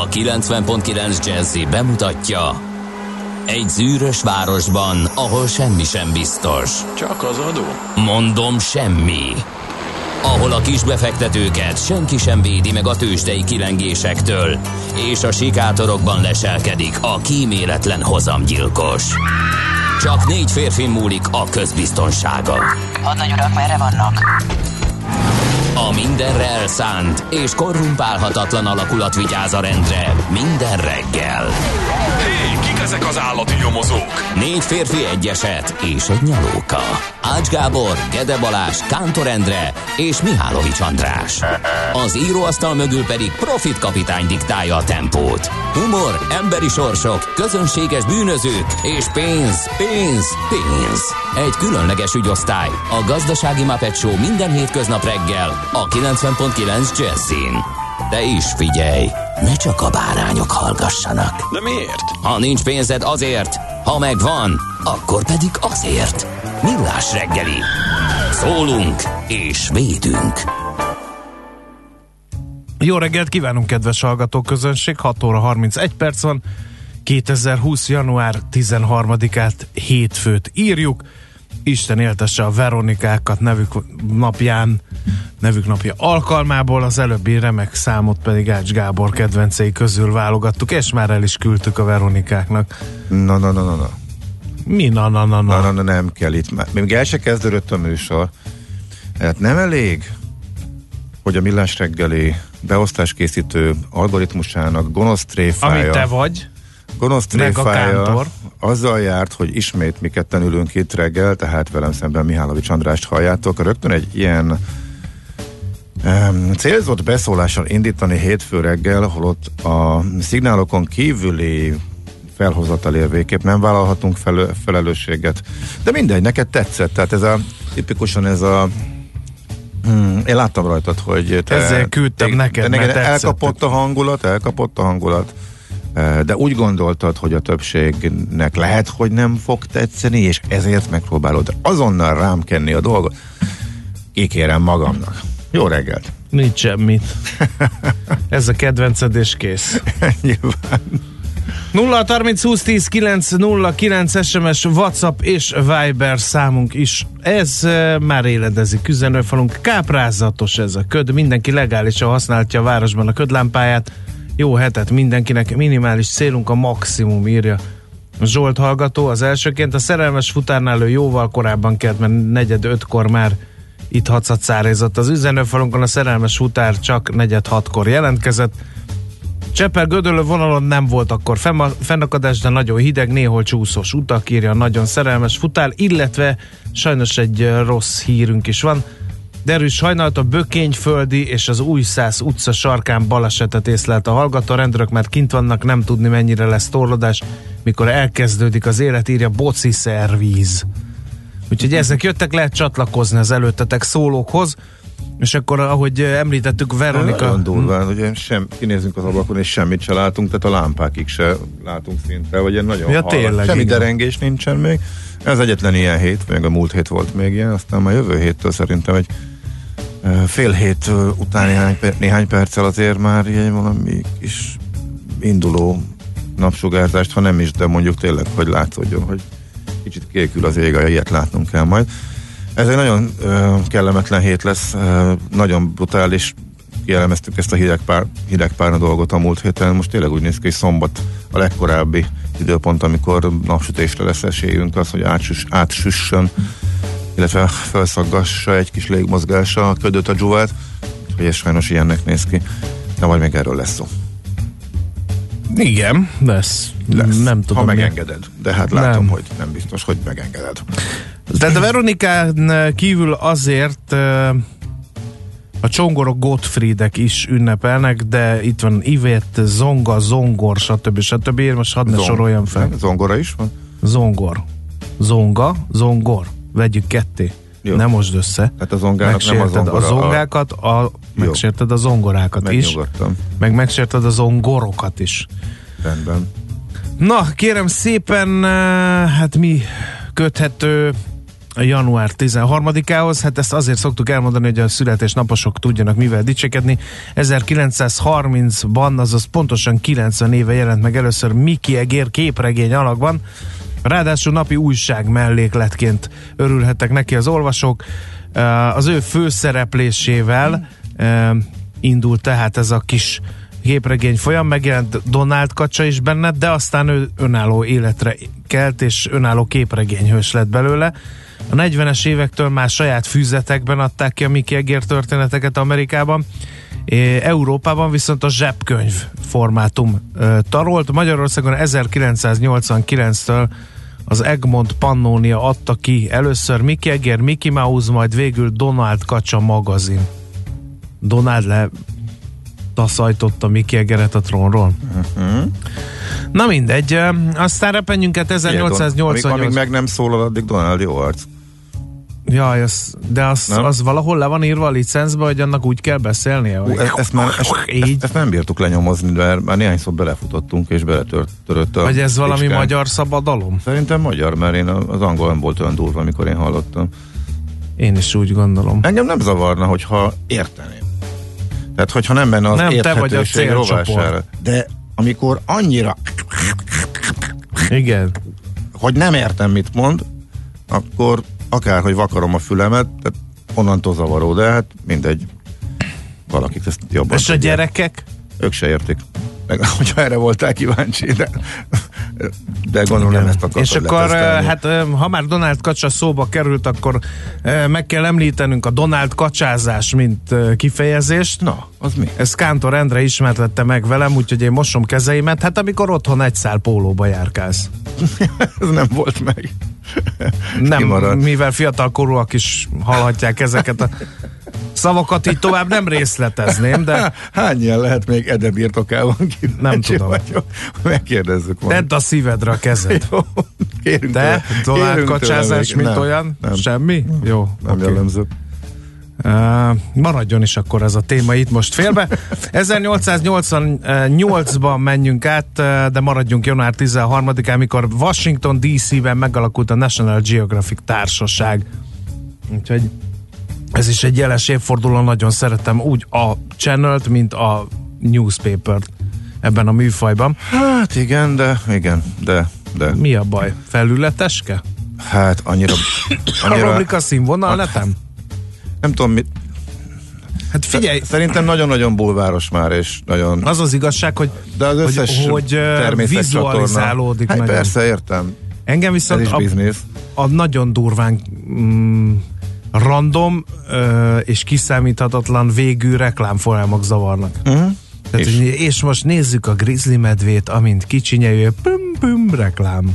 a 90.9 Jazzy bemutatja: egy zűrös városban, ahol semmi sem biztos. Csak az adó? Mondom, semmi. Ahol a kisbefektetőket senki sem védi meg a tőzsdei kilengésektől, és a sikátorokban leselkedik a kíméletlen hozamgyilkos. Csak 4 férfi múlik a közbiztonsága. Hadnagy urak, merre vannak? A mindenre elszánt és korrumpálhatatlan alakulat vigyáz a rendre minden reggel. Hé, kik ezek az állati nyomozók? 4 férfi, egy eset és egy nyalóka. Ács Gábor, Gede Balázs, Kántor Endre és Mihálovics András. Az íróasztal mögül pedig Profit kapitány diktálja a tempót. Humor, emberi sorsok, közönséges bűnözők és pénz, pénz, pénz. Egy különleges ügyosztály, a Gazdasági Muppet Show minden hétköznap reggel a 90.9 Jazzyn. De is figyelj, ne csak a bárányok hallgassanak. De miért? Ha nincs pénzed, azért, ha megvan, akkor pedig azért. Millás reggeli. Szólunk és védünk. Jó reggelt kívánunk, kedves hallgatóközönség! 6 óra 31 perc van, 2020. január 13-át, hétfőt írjuk. Isten éltesse a Veronikákat nevük napja alkalmából, az előbbi remek számot pedig Ács Gábor kedvencei közül válogattuk, és már el is küldtük a Veronikáknak. Na. Mi na, nem kell itt már. Még el se kezdődött a műsor. Hát nem elég, hogy a Millás reggeli beosztáskészítő algoritmusának gonosz tréfája. Ami te vagy. Gonosz tréfája azzal járt, hogy ismét mi ketten ülünk itt reggel, tehát velem szemben Mihálovics Andrást halljátok. Rögtön egy ilyen célzott beszólással indítani hétfő reggel, holott a szignálokon kívüli felhozatal végképp nem vállalhatunk felelősséget. De mindegy, neked tetszett. Tehát ez a tipikusan ez a én láttam rajtad, hogy te... Ezzel küldtem neked, mert elkapott a hangulat. De úgy gondoltad, hogy a többségnek lehet, hogy nem fog tetszeni, és ezért megpróbálod azonnal rám kenni a dolgot. Kikérem magamnak. Jó reggelt! Nincs semmit. Ez a kedvenced és kész. Nyilván. 0-30-20-10-9-09 SMS, WhatsApp és Viber számunk is. Ez már éledezik üzenőfalunk. Káprázatos ez a köd. Mindenki legálisan használhatja a városban a ködlámpáját. Jó hetet mindenkinek, minimális célunk a maximum, írja Zsolt hallgató. Az elsőként a szerelmes futárnál ő jóval korábban kelt, mert 4:45-kor már itt hatszatszárézott az üzenőfalunkon. A szerelmes futár csak 4:06-kor jelentkezett. Csepel-Gödöllő vonalon nem volt akkor fennakadás, de nagyon hideg, néhol csúszós utak, írja nagyon szerelmes futár, illetve sajnos egy rossz hírünk is van. Derűs hajnalt a Bökényföldi és az Újszász utca sarkán balesetet észlelt a hallgató. Rendőrök már kint vannak, nem tudni mennyire lesz torlódás, mikor elkezdődik az élet, írja Boci Szervíz. Úgyhogy ezek jöttek, lehet csatlakozni az előttetek szólókhoz. És akkor, ahogy említettük, Veronika... Nagyon durván, hogy kinézünk az ablakon, és semmit se látunk, tehát a lámpákig se látunk szinte, vagy ilyen nagyon tényleg, semmi igen. Derengés nincsen még. Ez egyetlen ilyen hét, meg a múlt hét volt még ilyen, aztán már jövő héttől szerintem egy fél hét után néhány perccel azért már ilyen valami kis induló napsugárzást, ha nem is, de mondjuk tényleg, hogy látszódjon, hogy kicsit kékül az ég, ilyet látnunk kell majd. Ez egy nagyon kellemetlen hét lesz, nagyon brutális, kielemeztük ezt a hidegpárna dolgot a múlt héten, most tényleg úgy néz ki, hogy szombat a legkorábbi időpont, amikor napsütésre lesz esélyünk, az, hogy átsüssön, illetve felszaggassa egy kis légmozgása a ködöt, a dzsúvát, hogy ez sajnos ilyennek néz ki, de majd még erről lesz szó. Igen, lesz. Nem tudom. Ha megengeded, de hát látom, hogy nem biztos, hogy megengeded. Tehát a Veronikán kívül azért a csongorok Gottfriedek is ünnepelnek, de itt van Ivett, Zonga, Zongor, stb. Most hadd ne soroljam fel. Zongora is van? Zongor. Zonga, Zongor. Vegyük ketté. Jó. Nem mosd össze. Hát a zongának nem a zongora. A zongákat, megsérted a zongorákat is. Meg megsérted a zongorokat is. Rendben. Na, kérem szépen, hát mi köthető január 13-ához. Hát ezt azért szoktuk elmondani, hogy a születésnaposok tudjanak mivel dicsekedni. 1930-ban, azaz pontosan 90 éve jelent meg először Mickey Egér képregény alakban. Ráadásul napi újság mellékletként örülhettek neki az olvasók. Az ő főszereplésével indult tehát ez a kis képregény folyam, megjelent Donald kacsa is benne, de aztán ő önálló életre kelt, és önálló képregényhős lett belőle. A 40-es évektől már saját füzetekben adták ki a Mickey Egér történeteket Amerikában. Európában viszont a zsebkönyv formátum tarolt. Magyarországon 1989-től az Egmont Pannonia adta ki először Mickey Egér, Mickey Mouse, majd végül Donald kacsa magazin. Donald taszajtotta Mickey Egeret a trónról. Na mindegy, aztán repenjünk 1888. Amíg meg nem szólal, addig Donald jó arc. Jaj, de az valahol le van írva a licencbe, hogy annak úgy kell beszélnie? Ezt nem bírtuk lenyomozni, de már néhányszor belefutottunk és beletörött a... Vagy ez valami picskán. magyar szabadalom? Szerintem magyar, mert én az angol nem volt olyan durva, amikor én hallottam. Én is úgy gondolom. Engem nem zavarna, hogyha érteném. Tehát, hogyha nem menne az nem, érthetőség rovására. De amikor annyira... Igen. Hogy nem értem, mit mond, akkor akárhogy vakarom a fülemet, tehát onnantól zavaró, de hát mindegy. Valakik ezt jobban és tudják. A gyerekek? Ők se értik. Hogyha erre voltál kíváncsi, de gondolom nem ezt akartad. És akkor, hát ha már Donald kacsa szóba került, akkor meg kell említenünk a Donald kacsázás, mint kifejezést. Na, az mi? Ezt Kántor Endre ismertette meg velem, úgyhogy én mosom kezeimet. Hát amikor otthon egy szál pólóba járkálsz. Ez nem volt meg. Nem, mivel fiatalkorúak is hallhatják ezeket a szavakat, így tovább nem részletezném, de... Hány ilyen lehet még Ede birtokában kívül? Nem tudom. Vagyok. Megkérdezzük majd. Tedd a szívedre a kezed. Jó, kérünk te? Donald kacsázás, mint nem, olyan? Nem. Semmi? Jó. Nem okay. Jellemző. Maradjon is akkor ez a téma itt most félbe. 1888-ban menjünk át, de maradjunk január 13-án, mikor Washington DC-ben megalakult a National Geographic Társaság. Úgyhogy ez is egy jeles évforduló, nagyon szeretem úgy a Channelt, mint a Newspapert ebben a műfajban. Hát igen, de. Mi a baj? Felületeske? Hát annyira romlik a színvonal netem? Nem tudom mit. Hát figyelj! Szerintem nagyon-nagyon bulváros már, és nagyon... Az az igazság, hogy, de az összes hogy vizualizálódik. Hát nagyon. Persze, értem. Engem viszont a nagyon durván random és kiszámíthatatlan végű reklámfolyamok zavarnak. Tehát, és most nézzük a grizzly medvét, amint kicsinyelő püm reklám.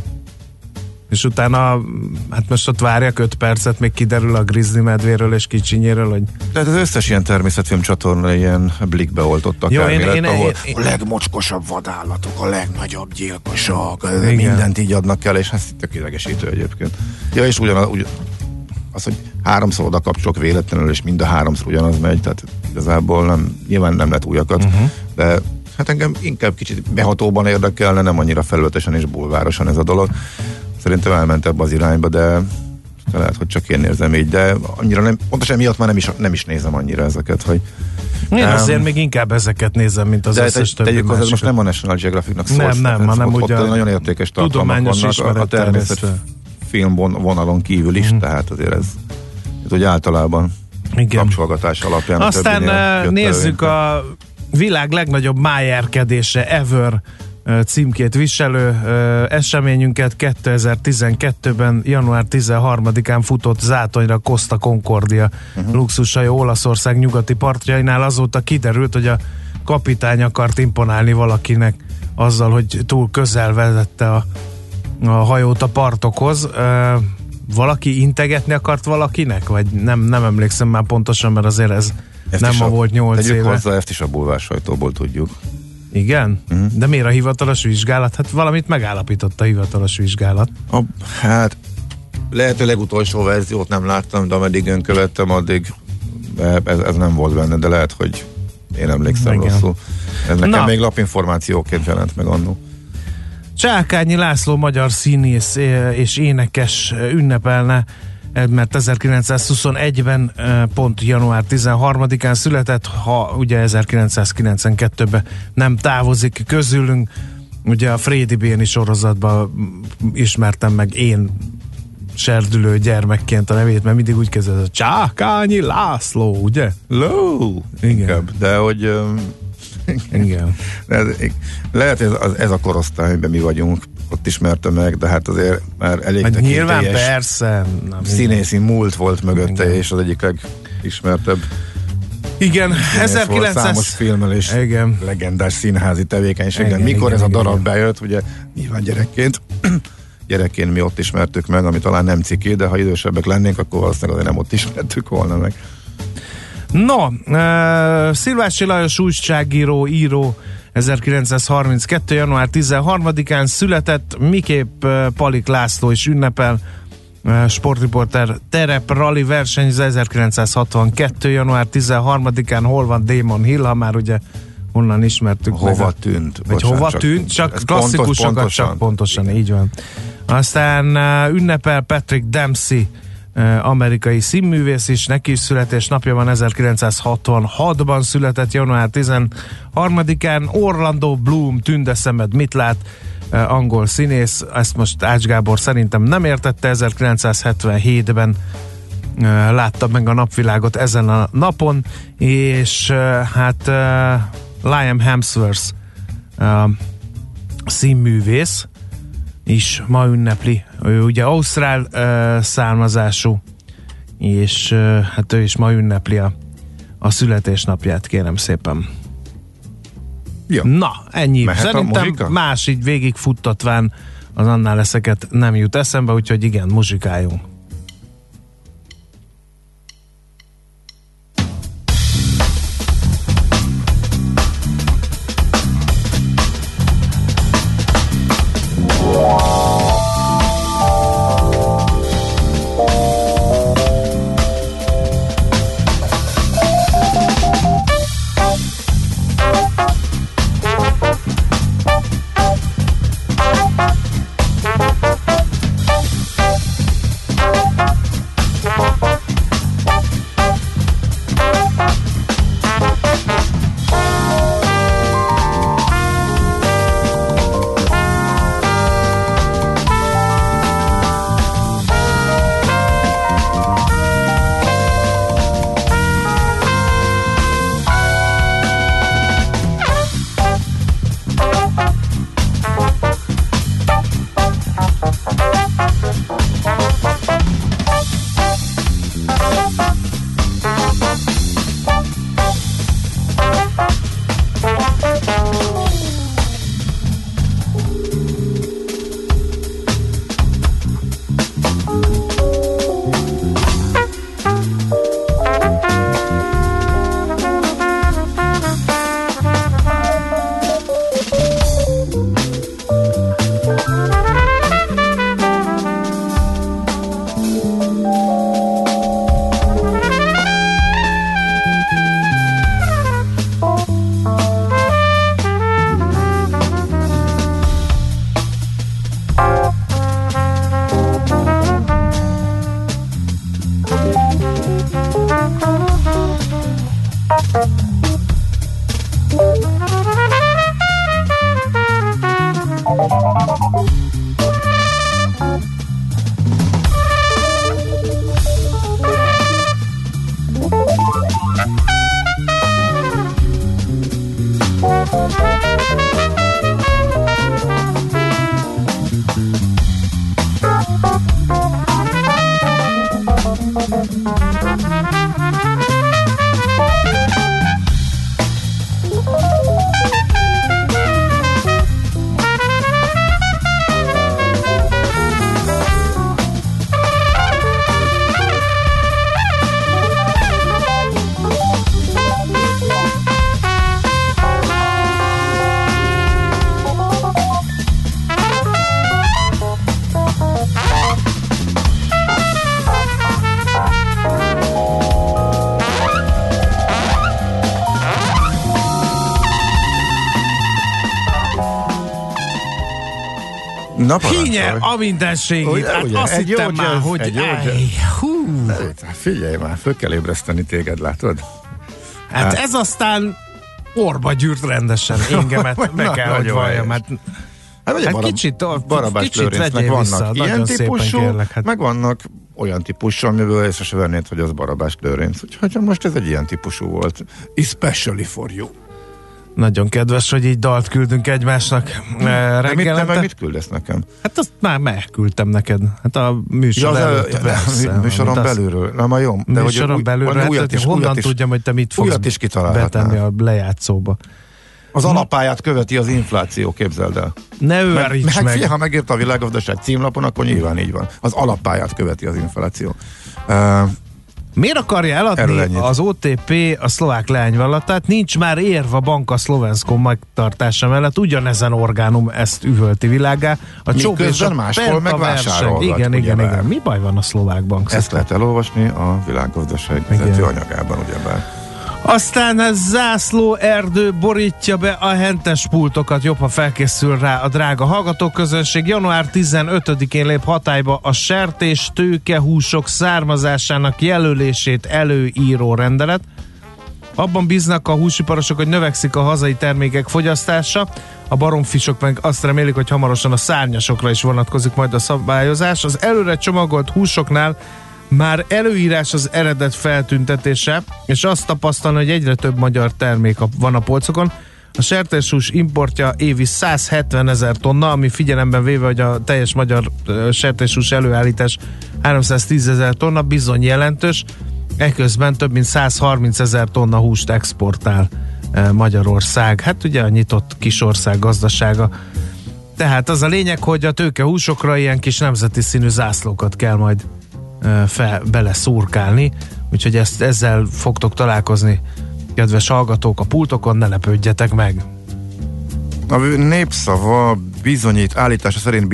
És utána, hát most ott várjak 5 percet, még kiderül a grizzly medvéről és kicsinyéről, hogy... Tehát az összes ilyen természetfilm csatorna ilyen blikbe oltottak ahol a legmocskosabb vadállatok, a legnagyobb gyilkosok, mindent így adnak el, és ez tök idegesítő egyébként. Ja, és ugyanaz, az, hogy 3-szor oda kapcsolok véletlenül, és mind a 3-szor ugyanaz megy, tehát igazából nyilván nem lett újakat, de hát engem inkább kicsit behatóban érdekelne, nem annyira felületesen és bulvárosan ez a dolog. Szerintem elment ebbe az irányba, de lehet, hogy csak én érzem így, de annyira nem, pontosan miatt már nem is nézem annyira ezeket, hogy... Én azért még inkább ezeket nézem, mint az összes többi tegyük hozzá, most nem a National Geographicnak szólsz. Nem, hanem ott nagyon értékes tartalmak vannak a természetfilm vonalon kívül is, tehát azért ez úgy általában kapcsolgatás alapján. Aztán nézzük a világ legnagyobb májárkedése ever címkét viselő eseményünket. 2012-ben január 13-án futott zátonyra Costa Concordia luxushajó Olaszország nyugati partjainál. Azóta kiderült, hogy a kapitány akart imponálni valakinek azzal, hogy túl közel vezette a hajót a partokhoz. Valaki integetni akart valakinek? Vagy nem emlékszem már pontosan, mert azért ez nem ma volt 8 éve. Hozzá, ezt is a bulvár sajtóból tudjuk. Igen? De miért a hivatalos vizsgálat? Hát valamit megállapított a hivatalos vizsgálat. Hát lehet, a legutolsó verziót nem láttam, de ameddig ön követtem, addig ez nem volt benne, de lehet, hogy én emlékszem rosszul. Ez nekem még lapinformációként jelent meg annó. Csákányi László magyar színész és énekes ünnepelne mert 1921-ben pont január 13-án született, ha ugye 1992-ben nem távozik közülünk. Ugye a Frédi Béni sorozatban ismertem meg én serdülő gyermekként a nevét, mert mindig úgy kezdett, Csákányi László, ugye? Ló! Igen. De hogy igen. Lehet ez a korosztály, amiben mi vagyunk, ott ismerte meg, de hát azért már elég Meg nyilván tekintélyes persze. színészi múlt volt mögötte, igen. és az egyik legismertebb Igen, volt számos filmmel és igen. legendás színházi tevékenységgel. Igen, Mikor igen, ez a igen, darab igen. bejött, ugye nyilván gyerekként mi ott ismertük meg, ami talán nem ciki, de ha idősebbek lennénk, akkor valószínűleg azért nem ott ismertük volna meg. No, Szilvási Lajos újságíró, 1932. január 13-án született, miképp Palik László is ünnepel, sportriporter, terep rally versenyző, 1962. január 13-án. Hol van Damon Hill, ha már ugye honnan ismertük Hova tűnt? Vagy Bocsánat, hova tűnt, csak klasszikusokat, csak pontosan, így van. Aztán ünnepel Patrick Dempsey, amerikai színművész is, neki is születésnapja van, 1966-ban született, január 13-án. Orlando Bloom, Tünde szemed mit lát, angol színész, ezt most Ács Gábor szerintem nem értette, 1977-ben látta meg a napvilágot ezen a napon, és hát Liam Hemsworth színművész is ma ünnepli. Ő ugye ausztrál származású, és hát ő is ma ünnepli a születésnapját, kérem szépen. Ja. Na, ennyi. Mehet szerintem más így végigfuttatván az annál leszeket nem jut eszembe, úgyhogy igen, muzsikáljunk. Hínye a mindenség. Hát azt hittem már, hogy figyelj már, föl kell ébreszteni téged, látod? Hát ez aztán orba gyűrt rendesen engemet, meg kell, hogy valljam. Hát kicsit vegyél vissza, ilyen típusú, meg vannak olyan típusú, amiből észre se vennéd, hogy az Barabás Lőrinc. Úgyhogy most ez egy ilyen típusú volt. Especially for you. Nagyon kedves, hogy így dalt küldünk egymásnak reggelente. Meg mit küldesz nekem? Hát azt már megküldtem neked. Hát a műsor előtt. Műsoron belülről. Na, ma jó. De műsoron belülről. Hát, honnan tudjam, hogy te mit fogsz betenni a lejátszóba. Az alapáját követi az infláció, képzeld el. Ne őríts meg. Ha megírta a Világgazdaság címlapon, akkor nyilván így van. Az alapáját követi az infláció. Miért akarja eladni az OTP a szlovák leányvállalatát? Nincs már érv a banka Szlovenszkon megtartása mellett. Ugyanezen orgánum ezt üvölti világgá. A csók és a máshol megvásárolhat. Igen. Mi baj van a szlovák bank? Ezt lehet elolvasni a Világgazdaság vezető anyagában, ugyebár. Aztán a zászlóerdő borítja be a hentes pultokat, jobb, ha felkészül rá a drága hallgatóközönség. Január 15-én lép hatályba a sertés tőkehúsok származásának jelölését előíró rendelet. Abban bíznak a húsiparosok, hogy növekszik a hazai termékek fogyasztása. A baromfisok meg azt remélik, hogy hamarosan a szárnyasokra is vonatkozik majd a szabályozás. Az előre csomagolt húsoknál már előírás az eredet feltüntetése, és azt tapasztalni, hogy egyre több magyar termék van a polcokon. A sertéshús importja évi 170 000 tonna, ami figyelemben véve, hogy a teljes magyar sertéshús előállítás 310 000 tonna, bizony jelentős. Eközben több mint 130 000 tonna húst exportál Magyarország. Hát ugye a nyitott kisország gazdasága. Tehát az a lényeg, hogy a tőkehúsokra ilyen kis nemzeti színű zászlókat kell majd bele szurkálni, úgyhogy ezzel fogtok találkozni, kedves hallgatók, a pultokon, ne lepődjetek meg. A Népszava állítása szerint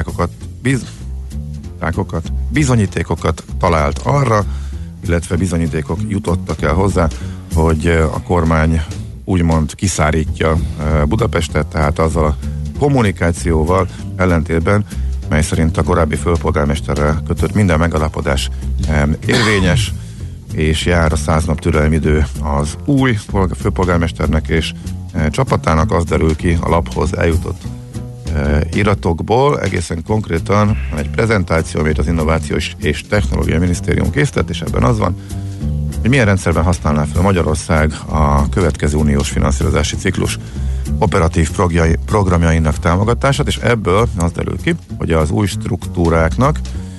bizonyítékokat talált arra, illetve bizonyítékok jutottak el hozzá, hogy a kormány úgymond kiszárítja Budapestet, tehát azzal a kommunikációval ellentétben, mely szerint a korábbi főpolgármesterrel kötött minden megalapodás érvényes, és jár a 100 nap türelmidő az új főpolgármesternek és csapatának. Az derül ki a laphoz eljutott iratokból, egészen konkrétan egy prezentáció, amit az Innovációs és Technológiai Minisztérium készített, és ebben az van, hogy milyen rendszerben használná fel Magyarország a következő uniós finanszírozási ciklus operatív programjainak támogatását, és ebből az derül ki, hogy az új struktúráknak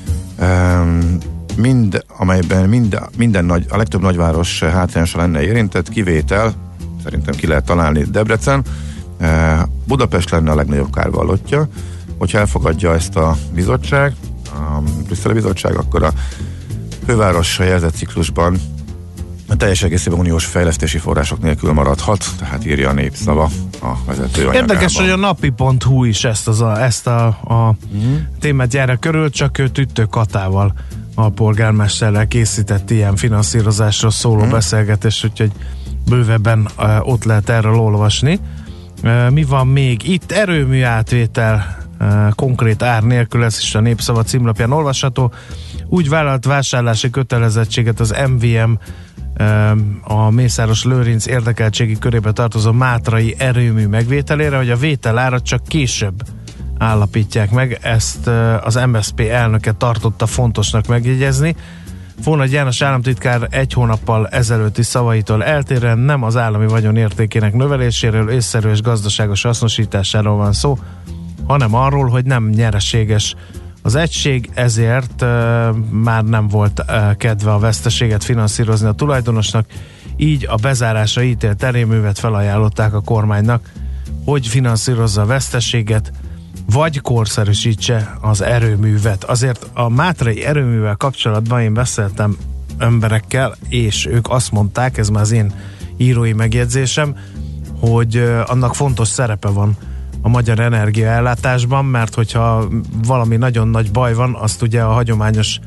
amelyben a legtöbb nagyváros hátrányosan lenne érintett, kivétel, szerintem ki lehet találni, Debrecen, Budapest lenne a legnagyobb kárvallottja. Hogyha elfogadja ezt a bizottság, a brüsszeli bizottság, akkor a főváros jelzett ciklusban a teljes egészében uniós fejlesztési források nélkül maradhat, tehát írja a Népszava a vezető anyagában. Érdekes, hogy a napi.hu is ezt a témát járja körül, csak ő Tüttő Katával, a polgármesterrel készített ilyen finanszírozásról szóló beszélgetés, úgyhogy bővebben ott lehet erről olvasni. Mi van még? Itt erőmű átvétel konkrét ár nélkül, ez is a Népszava címlapján olvasható. Úgy vállalt vásárlási kötelezettséget az MVM a Mészáros Lőrinc érdekeltségi körébe tartozó mátrai erőmű megvételére, hogy a vételárat csak később állapítják meg. Ezt az MSZP elnöke tartotta fontosnak megjegyezni. Fónagy János államtitkár egy hónappal ezelőtti szavaitól eltérően nem az állami vagyon értékének növeléséről, észszerű és gazdaságos hasznosításáról van szó, hanem arról, hogy nem nyereséges az egység, ezért már nem volt kedve a veszteséget finanszírozni a tulajdonosnak, így a bezárásra ítélt erőművet felajánlották a kormánynak, hogy finanszírozza a veszteséget, vagy korszerűsítse az erőművet. Azért a mátrai erőművel kapcsolatban én beszéltem emberekkel, és ők azt mondták, ez már az én írói megjegyzésem, hogy annak fontos szerepe van a magyar energiaellátásban, mert hogyha valami nagyon nagy baj van, azt ugye a hagyományos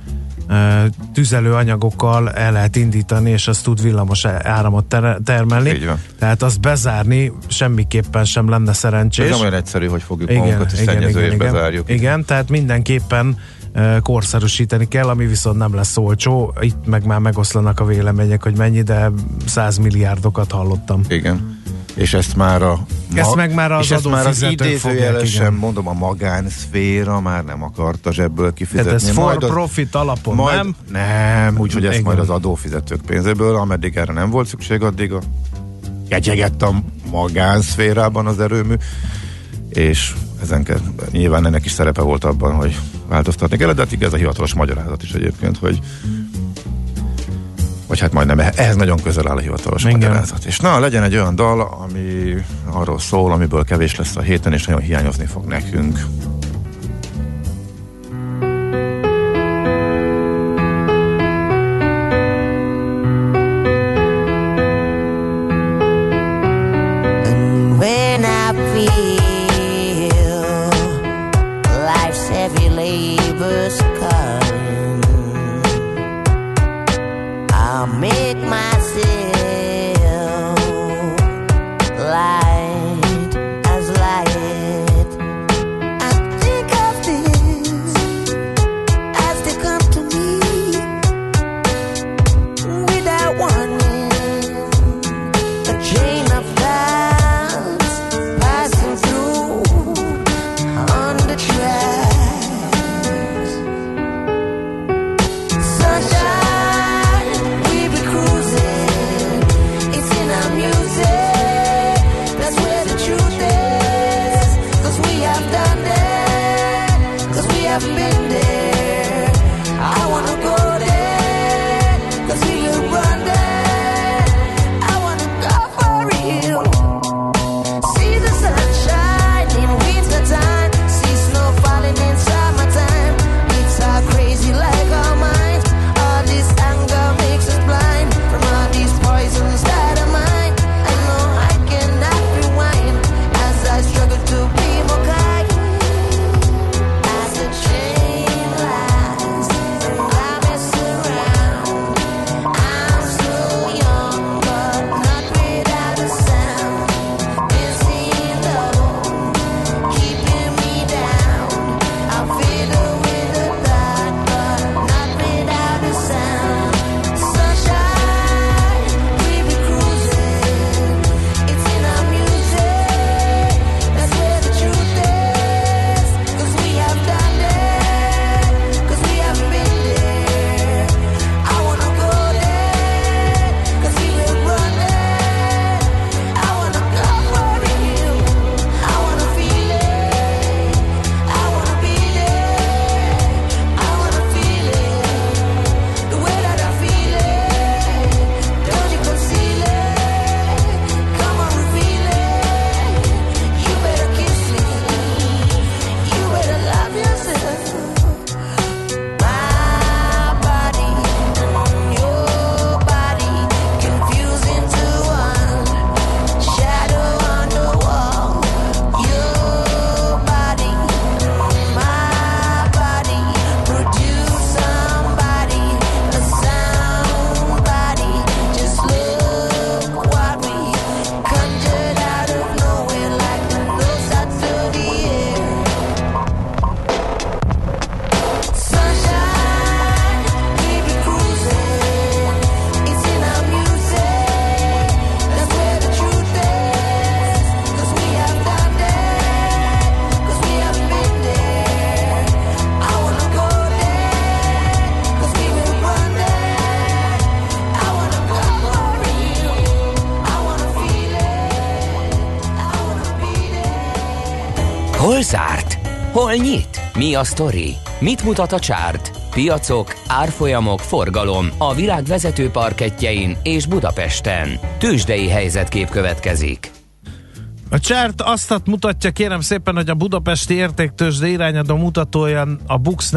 tüzelőanyagokkal el lehet indítani, és az tud villamos áramot termelni. Tehát azt bezárni semmiképpen sem lenne szerencsés. Ez nem olyan egyszerű, hogy fogjuk magunkat és szennyezésbe zárjuk. Igen, tehát mindenképpen korszerűsíteni kell, ami viszont nem lesz olcsó. Itt meg már megoszlanak a vélemények, hogy mennyi, de 100 milliárdokat hallottam. Igen. És ezt már az adófizetők idézőjelesen mondom, a magánszféra már nem akarta zsebből kifizetni. Tehát ez for profit alapon, nem? Nem, úgyhogy ezt majd az adófizetők pénzéből, ameddig erre nem volt szükség, addig ketyegett a magánszférában az erőmű, és nyilván ennek is szerepe volt abban, hogy változtatni kell, de hát ez a hivatalos magyarázat is egyébként, hogy vagy hát majdnem ehhez nagyon közel áll a hivatalos magyarázat. És legyen egy olyan dal, ami arról szól, amiből kevés lesz a héten, és nagyon hiányozni fog nekünk. Hol zárt? Hol nyit? Mi a sztori? Mit mutat a csárt? Piacok, árfolyamok, forgalom a világ vezető parkettjein és Budapesten. Tőzsdei helyzetkép következik. A csárt azt mutatja, kérem szépen, hogy a budapesti értéktőzsde irányadó mutatója a BUX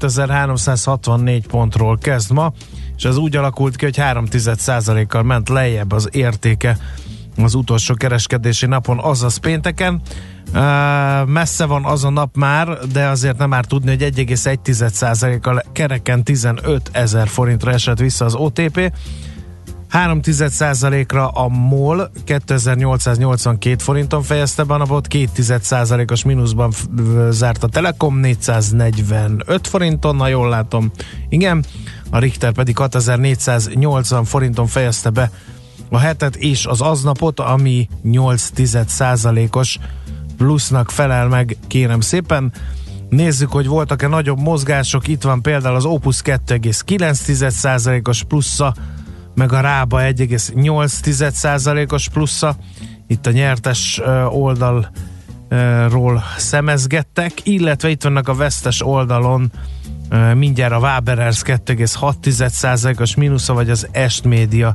45.364 pontról kezd ma, és ez úgy alakult ki, hogy 0,3%-kal ment lejjebb az értéke az utolsó kereskedési napon, azaz pénteken. Messze van az a nap már, de azért nem árt tudni, hogy 1,1%-kal kereken 15 000 forintra esett vissza az OTP. 3,1%-ra a MOL 2882 forinton fejezte be a napot, 2,1%-os mínuszban zárt a Telekom 445 forinton, ha jól látom. Igen, a Richter pedig 6480 forinton fejezte be a hetet és az aznapot, ami 8,1%-os plusznak felel meg, kérem szépen. Nézzük, hogy voltak-e nagyobb mozgások. Itt van például az Opus 2,9%-os plusza, meg a Rába 1,8%-os plusza. Itt a nyertes oldalról szemezgettek, illetve itt vannak a vesztes oldalon mindjárt a Waberers 2,6%-os mínusza, vagy az Est Media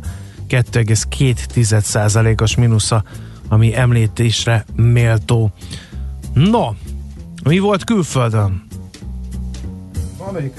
2,2%-os mínusza, ami említésre méltó. No, mi volt külföldön? Amerika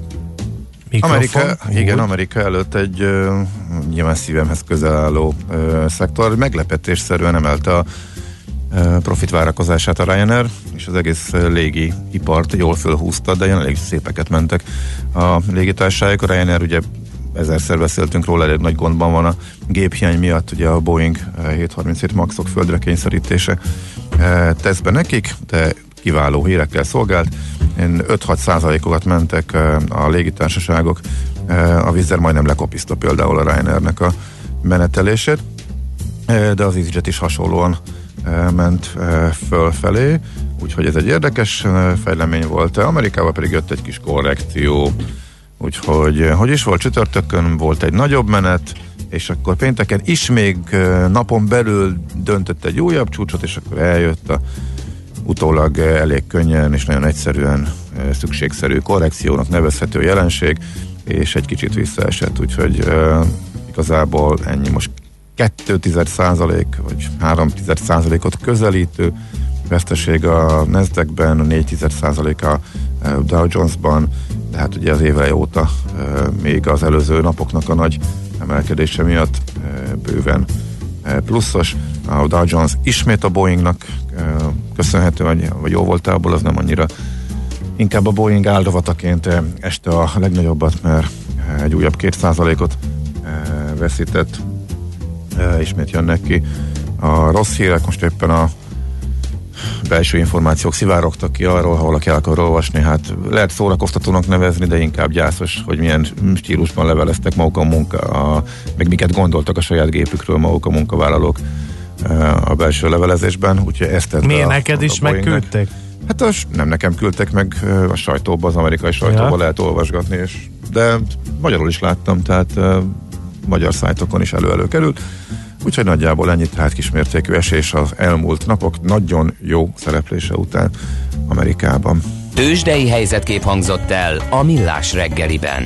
előtt. Amerika előtt egy nyilván szívemhez közel álló szektor meglepetésszerűen emelte a profit várakozását a Ryanair, és az egész légi ipart jól fölhúzta, de ilyen elég szépeket mentek a légitársaságok. A Ryanair, ugye ezerszer beszéltünk róla, elég nagy gondban van a géphiány miatt, ugye a Boeing 737 Maxok földre kényszerítése tesz be nekik, de kiváló hírekkel szolgált. 5-6%-okat mentek a légitársaságok, a Wizz Air majdnem lekopiszta például a Ryanairnek a menetelését, de az EasyJet is hasonlóan ment fölfelé, úgyhogy ez egy érdekes fejlemény volt. Amerikában pedig jött egy kis korrekció, úgyhogy hogy is volt, csütörtökön volt egy nagyobb menet, és akkor pénteken is még napon belül döntött egy újabb csúcsot, és akkor eljött a utólag elég könnyen és nagyon egyszerűen szükségszerű korrekciónak nevezhető jelenség, és egy kicsit visszaesett, úgyhogy igazából ennyi. Most 2,1% vagy 3,1%-ot közelítő veszteség a Nasdaqben, 4,1% a Dow Jonesban, de hát ugye az éveleje óta még az előző napoknak a nagy emelkedése miatt bőven pluszos. A Dow Jones ismét a Boeingnak köszönhető, vagy jó voltából, az nem annyira, inkább a Boeing áldozataként este a legnagyobbat, mert egy újabb 2%-ot veszített. Ismét jönnek ki a rossz hírek, most éppen a belső információk szivárogtak ki arról, ha valaki el akar olvasni, hát lehet szórakoztatónak nevezni, de inkább gyászos, hogy milyen stílusban leveleztek maguk meg miket gondoltak a saját gépükről maguk a munkavállalók a belső levelezésben, úgyhogy ezt miért neked is megküldték? Hát nem nekem küldtek meg, a sajtóban, az amerikai sajtóban lehet olvasgatni, de magyarul is láttam, tehát magyar szájtokon is elő került. Úgyhogy nagyjából ennyit, tehát kismértékű esés az elmúlt napok nagyon jó szereplése után Amerikában. Tőzsdei helyzetkép hangzott el a Millás reggeliben.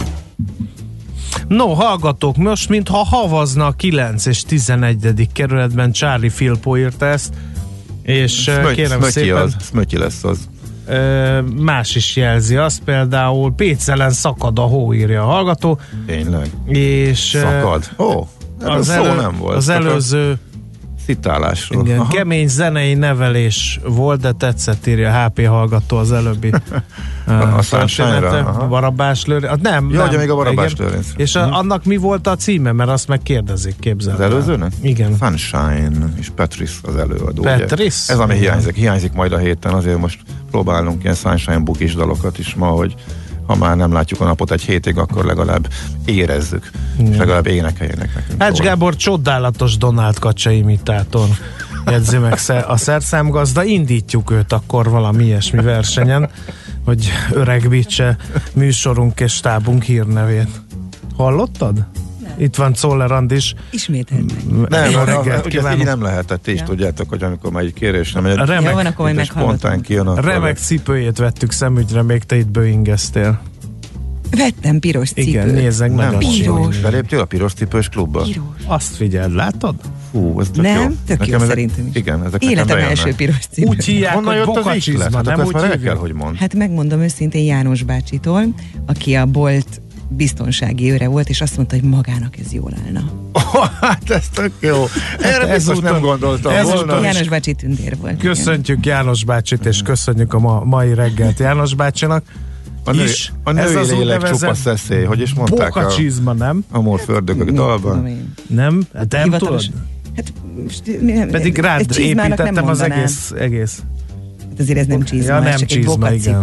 No, hallgatók, most mintha havazna a 9 és 11. kerületben, Charlie Filippo írta ezt, és kérem szépen... Smötyi lesz az. Más is jelzi azt, például Pécelen szakad a hó, írja a hallgató. Tényleg? És szakad? Az szó nem volt. Az előző szitálásról. Igen, kemény zenei nevelés volt, de tetszett, írja HP hallgató az előbbi a Sunshine-ra. A Barabás Lőrinc. Nem, jó, hogy még a Barabás Lőrinc. És annak mi volt a címe? Mert azt megkérdezik, képzeld. Az előzőnek? Igen. Sunshine és Patrice az előadó. Patrice? Ez ami hiányzik majd a héten, azért most próbálunk ilyen Sunshine bukis dalokat is ma, hogy ha már nem látjuk a napot egy hétig, akkor legalább érezzük, és legalább énekeljenek nekünk. Ács Gábor csodálatos Donald Kacsa imitátor jegyzi meg a szerszámgazda, indítjuk őt akkor valami ilyesmi versenyen, hogy öregbítse műsorunk és stábunk hírnevét. Hallottad? Nem. Itt van Czoller Andis. Ismételd meg. Nem, így nem lehetett, ti is tudjátok, hogy amikor már egy kérés nem megy, van, akkor majd spontán kijön a remek cipőjét vettük szemügyre, még te itt bőingeztél. Vettem piros cipőt. Igen, nézzek meg. Piros. Beléptél a piros cipős klubba? Piros. Azt figyeld, látod? Fú, ez tök nem, jó. Tök jó szerintem is. Igen, ezek életem első piros cipő. Úgy hívják, honnan hogy jött az ihlet? nem úgy el kell, hogy mond. Hát megmondom őszintén János bácsitól, aki a bolt biztonsági őre volt, és azt mondta, hogy magának ez jól állna. Hát ez tök jó. Erre biztos nem gondoltam volna. János bácsi tündér volt. Köszöntjük János bácsit, és köszönjük a mai reggelt János bácsinak. A női lélek csupa szeszély, hogy is mondták Boka csizma, nem? Amor fördögök dalban. Nem? De nem tudod? Hát, pedig rád építettem az egész. Hát azért ez nem csizma, ja, nem csak csizma, egy igen.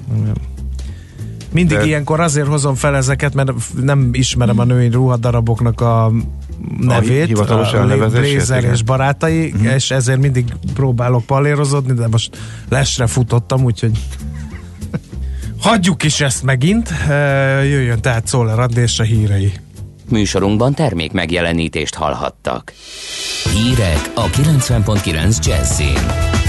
Mindig ilyenkor azért hozom fel ezeket, mert nem ismerem a női ruhadaraboknak a nevét, hivatalos elnevezését, Blazer és barátai, és ezért mindig próbálok pallérozódni, de most lesre futottam, úgyhogy hagyjuk is ezt megint. Jöjjön tehát Czoller Andi és a hírei. Műsorunkban termék megjelenítést hallhattak. Hírek a 90.9 Jazzin.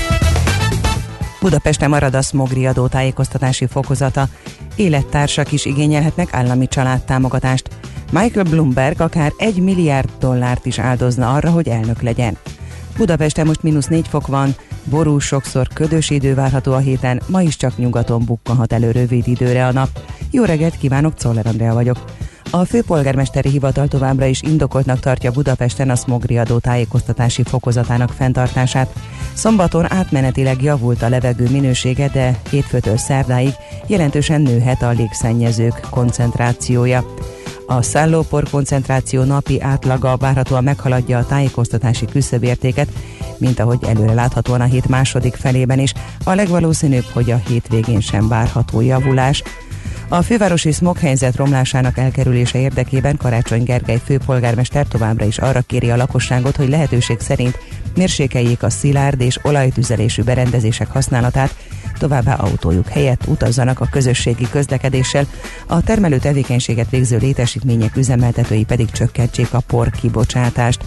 Budapesten marad a SZMOG riadó tájékoztatási fokozata. Élettársak is igényelhetnek állami családtámogatást. Michael Bloomberg akár $1 milliárd is áldozna arra, hogy elnök legyen. Budapesten most -4 fok van, borús, sokszor ködös idő várható a héten, ma is csak nyugaton bukkanhat elő rövid időre a nap. Jó reggelt kívánok, Czoller Andrea vagyok. A főpolgármesteri hivatal továbbra is indokoltnak tartja Budapesten a SZMOG riadó tájékoztatási fokozatának fenntartását. Szombaton átmenetileg javult a levegő minősége, de hétfőtől szerdáig jelentősen nőhet a légszennyezők koncentrációja. A szállópor koncentráció napi átlaga várhatóan meghaladja a tájékoztatási küszöbértéket, mint ahogy előre láthatóan a hét második felében is. A legvalószínűbb, hogy a hétvégén sem várható javulás. A fővárosi SZMOG helyzet romlásának elkerülése érdekében Karácsony Gergely főpolgármester továbbra is arra kéri a lakosságot, hogy lehetőség szerint mérsékeljék a szilárd és olajtüzelésű berendezések használatát, továbbá autójuk helyett utazzanak a közösségi közlekedéssel, a termelő tevékenységet végző létesítmények üzemeltetői pedig csökkentsék a por kibocsátást.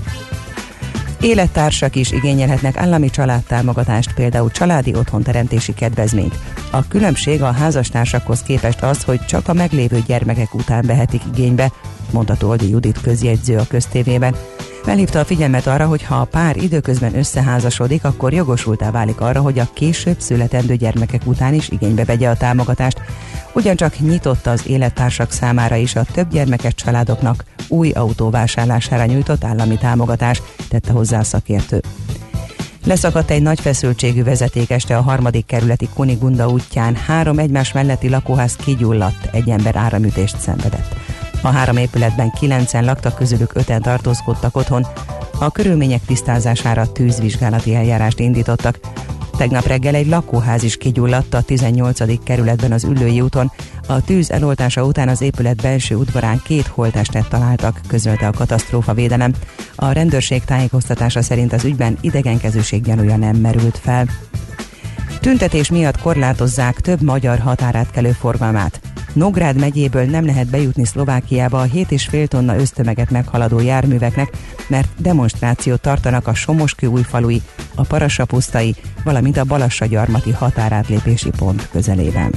Élettársak is igényelhetnek állami családtámogatást, például családi otthonteremtési kedvezményt. A különbség a házastársakhoz képest az, hogy csak a meglévő gyermekek után vehetik igénybe, mondta Toldi Judit közjegyző a Köztévében. Felhívta a figyelmet arra, hogy ha a pár időközben összeházasodik, akkor jogosultá válik arra, hogy a később születendő gyermekek után is igénybe vegye a támogatást. Ugyancsak nyitotta az élettársak számára is a több gyermekes családoknak új autó vásárlására nyújtott állami támogatás, tette hozzá a szakértő. Leszakadt egy nagy feszültségű vezetékeste a 3. kerületi Kunigunda útján, 3 egymás melletti lakóház kigyulladt, egy ember áramütést szenvedett. A 3 épületben 9-en laktak, közülük 5-en tartózkodtak otthon. A körülmények tisztázására tűzvizsgálati eljárást indítottak. Tegnap reggel egy lakóház is kigyulladt a 18. kerületben az Üllői úton. A tűz eloltása után az épület belső udvarán 2 holttestet találtak, közölte a katasztrófavédelem. A rendőrség tájékoztatása szerint az ügyben idegenkezőség gyanúja nem merült fel. Tüntetés miatt korlátozzák több magyar határátkelő forgalmát. Nógrád megyéből nem lehet bejutni Szlovákiába a 7,5 tonna össztömeget meghaladó járműveknek, mert demonstrációt tartanak a Somoskő-Újfalui, a Parasapusztai, valamint a Balassagyarmati határátlépési pont közelében.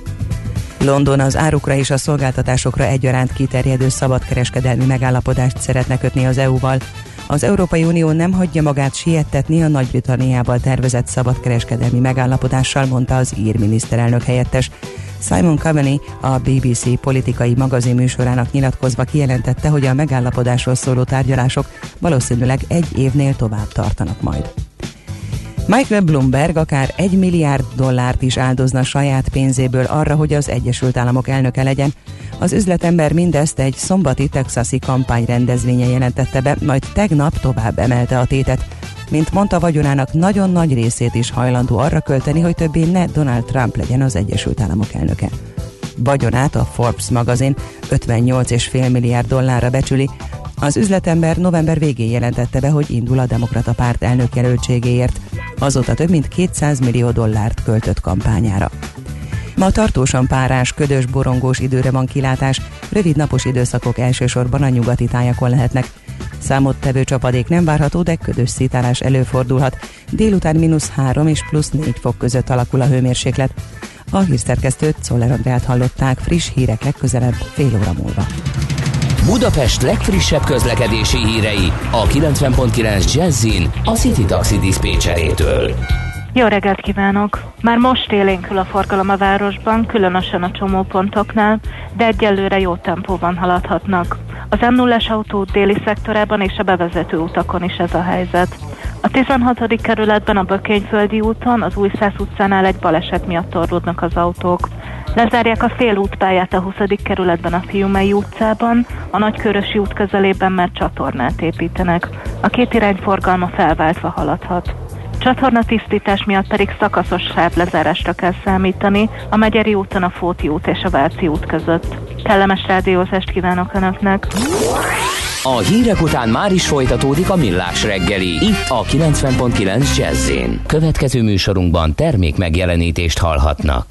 London az árukra és a szolgáltatásokra egyaránt kiterjedő szabadkereskedelmi megállapodást szeretne kötni az EU-val. Az Európai Unió nem hagyja magát siettetni a Nagy-Britanniával tervezett szabadkereskedelmi megállapodással, mondta az ír miniszterelnök helyettes. Simon Coveney a BBC politikai magazinműsorának nyilatkozva kijelentette, hogy a megállapodásról szóló tárgyalások valószínűleg 1 évnél tovább tartanak majd. Michael Bloomberg akár $1 milliárd is áldozna saját pénzéből arra, hogy az Egyesült Államok elnöke legyen. Az üzletember mindezt egy szombati texasi kampányrendezvényen jelentette be, majd tegnap tovább emelte a tétet. Mint mondta, vagyonának nagyon nagy részét is hajlandó arra költeni, hogy többé ne Donald Trump legyen az Egyesült Államok elnöke. Vagyonát a Forbes magazin $58,5 milliárd becsüli. Az üzletember november végén jelentette be, hogy indul a Demokrata Párt elnökjelöltségéért. Azóta több mint $200 millió költött kampányára. Ma tartósan párás, ködös, borongós időre van kilátás, rövid napos időszakok elsősorban a nyugati tájakon lehetnek. Számottevő csapadék nem várható, de ködös szítálás előfordulhat. Délután -3 és +4 fok között alakul a hőmérséklet. A hírszerkesztőt, Czoller Andreát hallották, friss hírek legközelebb fél óra múlva. Budapest legfrissebb közlekedési hírei a 90.9 Jazzin a City Taxi diszpécserétől. Jó reggelt kívánok! Már most élénkül a forgalom a városban, különösen a csomópontoknál, de egyelőre jó tempóban haladhatnak. Az M0-es autóút déli szektorában és a bevezető utakon is ez a helyzet. A 16. kerületben a Bökényföldi úton, az Újszász utcánál egy baleset miatt torlódnak az autók. Lezárják a félútpályát a 20. kerületben a Fiumei utcában, a Nagykörösi út közelében, mert csatornát építenek. A két irányforgalma felváltva haladhat. Csatornatisztítás miatt pedig szakaszos sávlezárásra kell számítani a Megyeri úton, a Fóti út és a Váci út között. Kellemes rádiózást kívánok Önöknek! A hírek után már is folytatódik a Millás reggeli, itt a 90.9 Jazz-én. Következő műsorunkban termék megjelenítést hallhatnak.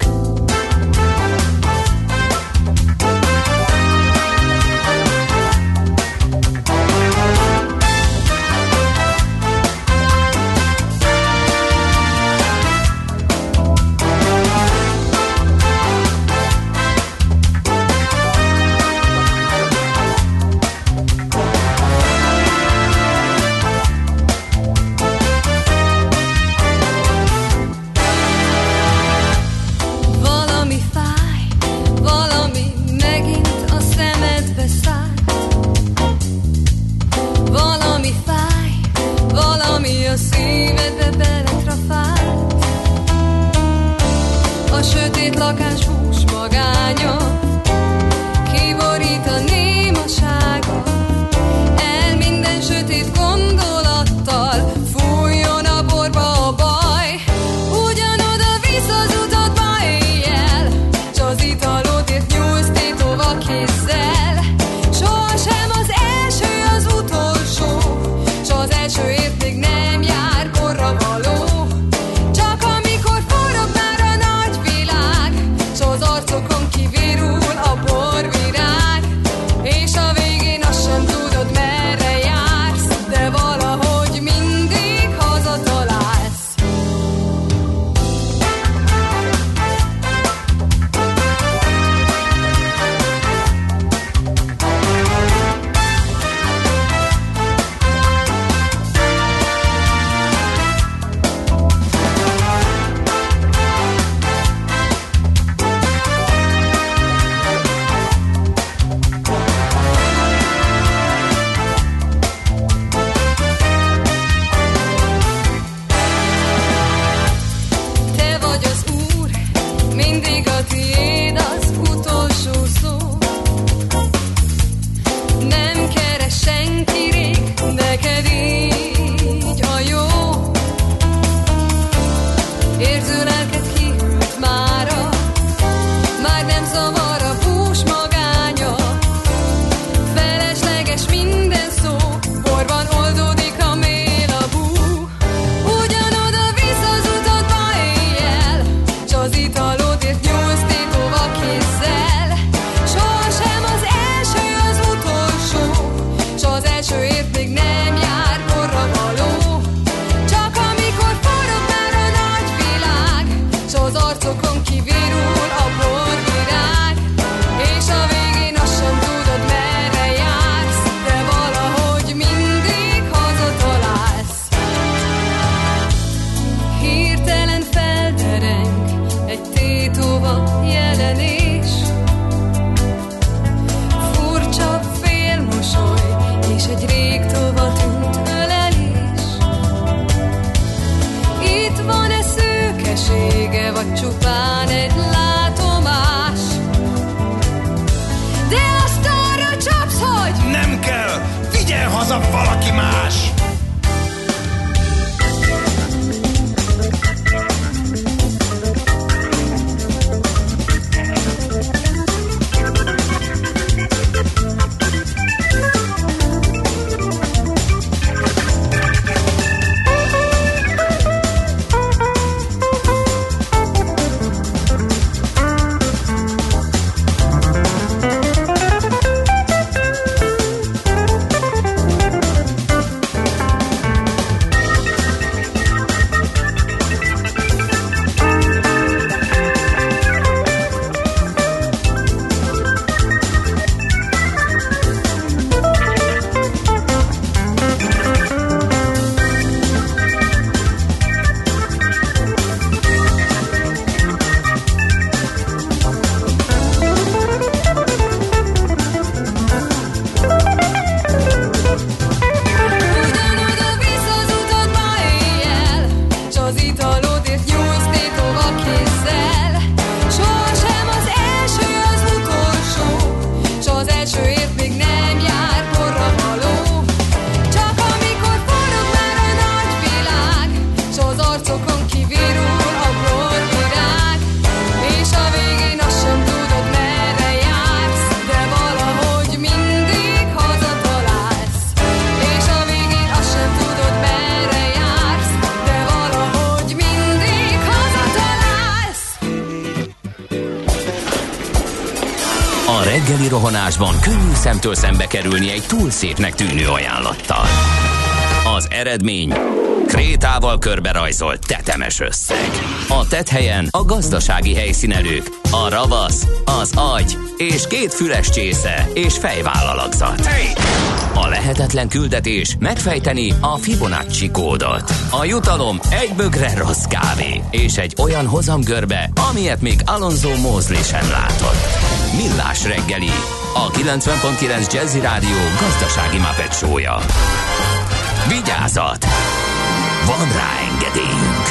reggeli rohanásban könnyű szemtől szembe kerülni egy túl szépnek tűnő ajánlattal. Az eredmény krétával körberajzolt tetemes összeg. A tetthelyen a gazdasági helyszínelők, a ravasz, az agy és 2 füles csésze és fejvállalakzat. A lehetetlen küldetés megfejteni a Fibonacci kódot. A jutalom egy bögre rossz kávé és egy olyan hozamgörbe, amilyet még Alonso Mosley sem látott. Millás reggeli, a 90.9 Jazzy Rádió gazdasági Muppet show-ja. Vigyázat! Van rá engedélyünk!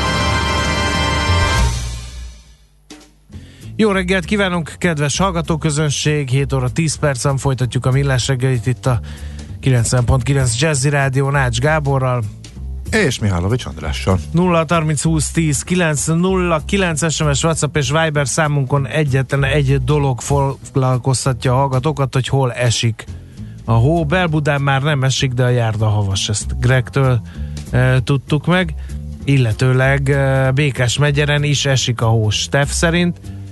Jó reggelt kívánunk, kedves hallgatóközönség! 7 óra 10 percen folytatjuk a Millás reggelit itt a 90.9 Jazzy Rádió Ács Gáborral. És Mihálovics Andrással. 0 30 20 10 9 0 9 SMS, WhatsApp és Viber számunkon egyetlen egy dolog foglalkoztatja a hallgatókat, hogy hol esik a hó. Belbudán már nem esik, de a járda havas, ezt Gregtől tudtuk meg, illetőleg Békásmegyeren is esik a hó Steff szerint.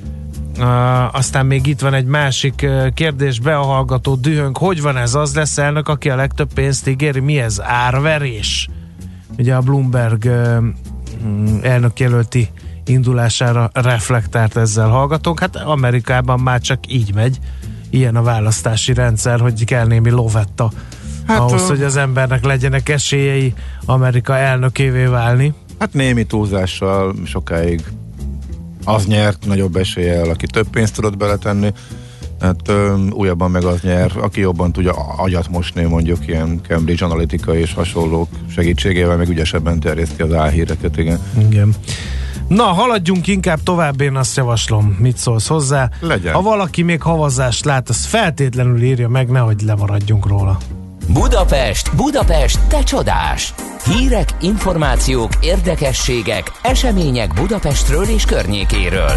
Aztán még itt van egy másik kérdés, be a hallgató dühönk, hogy van ez, az lesz elnök, aki a legtöbb pénzt ígéri, mi ez, árverés? Ugye a Bloomberg elnökjelölti indulására reflektált ezzel hallgatók, hát Amerikában már csak így megy, ilyen a választási rendszer, hogy kell némi lovetta ahhoz, hogy az embernek legyenek esélyei Amerika elnökévé válni. Hát némi túlzással sokáig az nyert nagyobb eséllyel, aki több pénzt tudott beletenni, hát újabban meg az nyer, aki jobban tudja agyat mosni, mondjuk ilyen Cambridge Analytica és hasonlók segítségével, meg ügyesebben terjeszti az álhíreket, igen. Igen. Na, haladjunk inkább tovább, én azt javaslom. Mit szólsz hozzá? Legyen. Ha valaki még havazást lát, az feltétlenül írja meg, nehogy lemaradjunk róla. Budapest, Budapest, te csodás! Hírek, információk, érdekességek, események Budapestről és környékéről.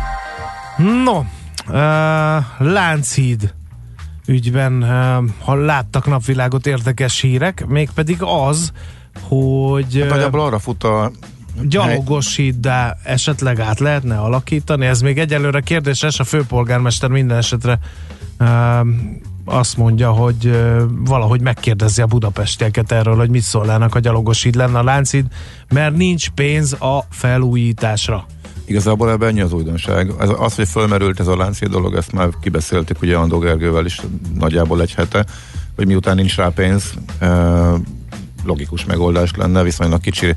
No, Lánchíd ügyben, ha láttak napvilágot, érdekes hírek, mégpedig az, hogy hát nagyjából arra fut a gyalogos híddá esetleg át lehetne alakítani. Ez még egyelőre kérdéses, a főpolgármester minden esetre azt mondja, hogy valahogy megkérdezi a budapestieket erről, hogy mit szólnának, a gyalogos híd lenne a Lánchíd, mert nincs pénz a felújításra. Igazából ebben ennyi az újdonság. Az, hogy fölmerült ez a Lánchíd dolog, ezt már kibeszéltük ugye Andó Gergővel is nagyjából egy hete, hogy miután nincs rá pénz, logikus megoldás lenne, viszonylag kicsi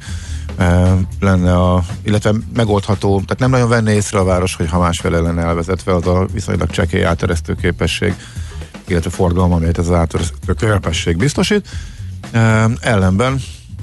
lenne illetve megoldható, tehát nem nagyon venné észre a város, hogy ha másfele lenne elvezetve, az a viszonylag csekély áteresztő képesség, illetve forgalom, amelyet ez az áteresztő képesség biztosít. Ellenben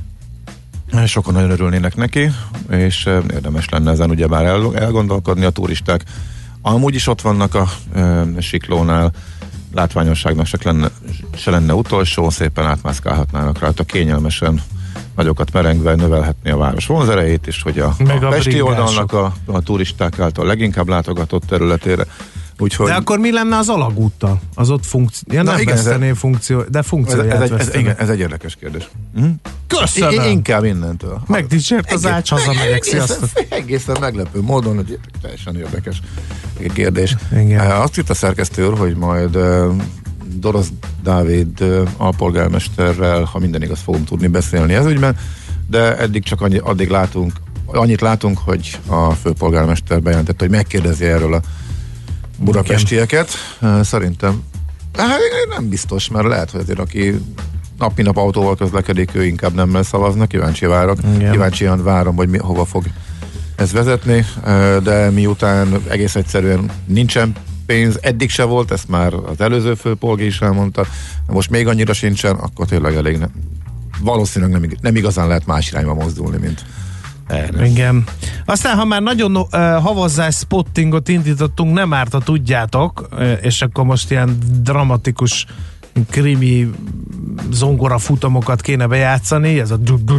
sokan nagyon örülnének neki, és érdemes lenne ezen ugyebár elgondolkodni. A turisták amúgy is ott vannak a Siklónál, látványosságnak se lenne utolsó, szépen átmászkálhatnának rajta kényelmesen, nagyokat merengve növelhetni a város vonzerejét, és hogy a pesti oldalnak a turisták által leginkább látogatott területére. Úgyhogy... De akkor mi lenne az alagúttal? Az ott nem vesztené funkció, de funkcióját vesztené. Ez egy érdekes kérdés. Köszönöm! Inkább innentől. Megdicsért az Ács, hazamegyek, sziasztok! Egészen meglepő módon, hogy teljesen érdekes kérdés. Igen. Azt írt a szerkesztő úr, hogy majd Dorosz Dávid alpolgármesterrel, ha minden igaz, fogunk tudni beszélni ez ügyben, de eddig csak annyit látunk, hogy a főpolgármester bejelentette, hogy megkérdezi erről a budapestieket. Szerintem nem biztos, mert lehet, hogy azért aki napi nap autóval közlekedik, ő inkább nem szavaznak, kíváncsian várom, hogy hova fog ez vezetni, de miután egész egyszerűen nincsen pénz, eddig se volt, ezt már az előző főpolgár is elmondta, most még annyira sincsen, akkor tényleg valószínűleg nem igazán lehet más irányba mozdulni, mint erre. Igen. Aztán, ha már nagyon havazás spottingot indítottunk, nem árt, ha tudjátok, és akkor most ilyen dramatikus krimi zongora futamokat kéne bejátszani, ez a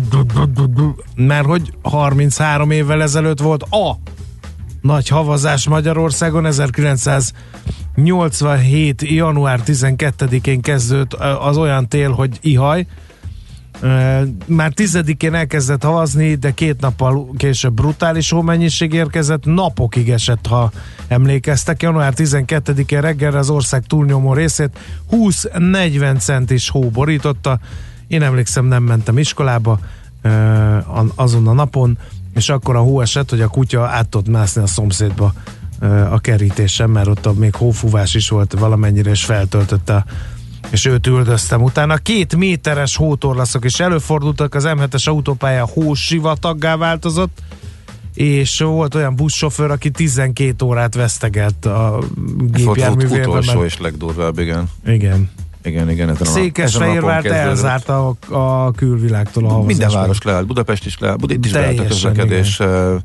mert hogy 33 évvel ezelőtt volt a nagy havazás Magyarországon, 1987. január 12-én kezdődött az olyan tél, hogy ihaj, Már 10-én elkezdett havazni, de 2 nappal később brutális hómennyiség érkezett, napokig esett, ha emlékeztek. Január 12-én reggelre az ország túlnyomó részét 20-40 centis hó borította. Én emlékszem, nem mentem iskolába azon a napon, és akkor a hó esett, hogy a kutya át tudott mászni a szomszédba a kerítésen, mert ott még hófúvás is volt valamennyire, és feltöltötte, és őt üldöztem utána. 2 méteres hótorlaszok is előfordultak, az M7-es autópálya hósivataggá változott, és volt olyan buszsofőr, aki 12 órát vesztegelt a gépjárművében. Ez volt utolsó és legdurvább, igen. Igen. Székesfehérvárt elzárt a külvilágtól a havazás. Minden város leállt, Budapest is leállt, itt is beállt a közlekedés.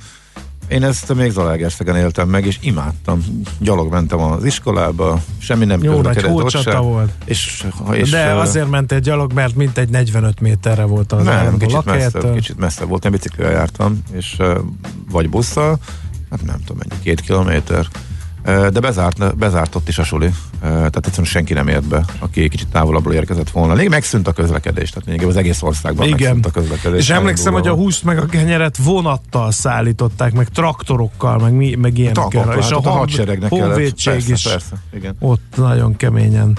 Én ezt még Zalaegerszegen éltem meg, és imádtam. Gyalog mentem az iskolába, semmi nem közlekedett ott sem. Volt. De azért mentél gyalog, mert mintegy 45 méterre volt az kicsit messzebb volt, én biciklivel jártam, és vagy busszal, hát nem tudom mennyi, 2 kilométer. De bezárt ott is a suli, tehát egyszerűen senki nem ért be, aki kicsit távolabbról érkezett volna. Még megszűnt a közlekedés, tehát még az egész országban megszűnt a közlekedés. És emlékszem, hogy a húst meg a kenyeret vonattal szállították, meg traktorokkal, meg ilyenekkel. És a hadseregnek honvédség is igen. Ott nagyon keményen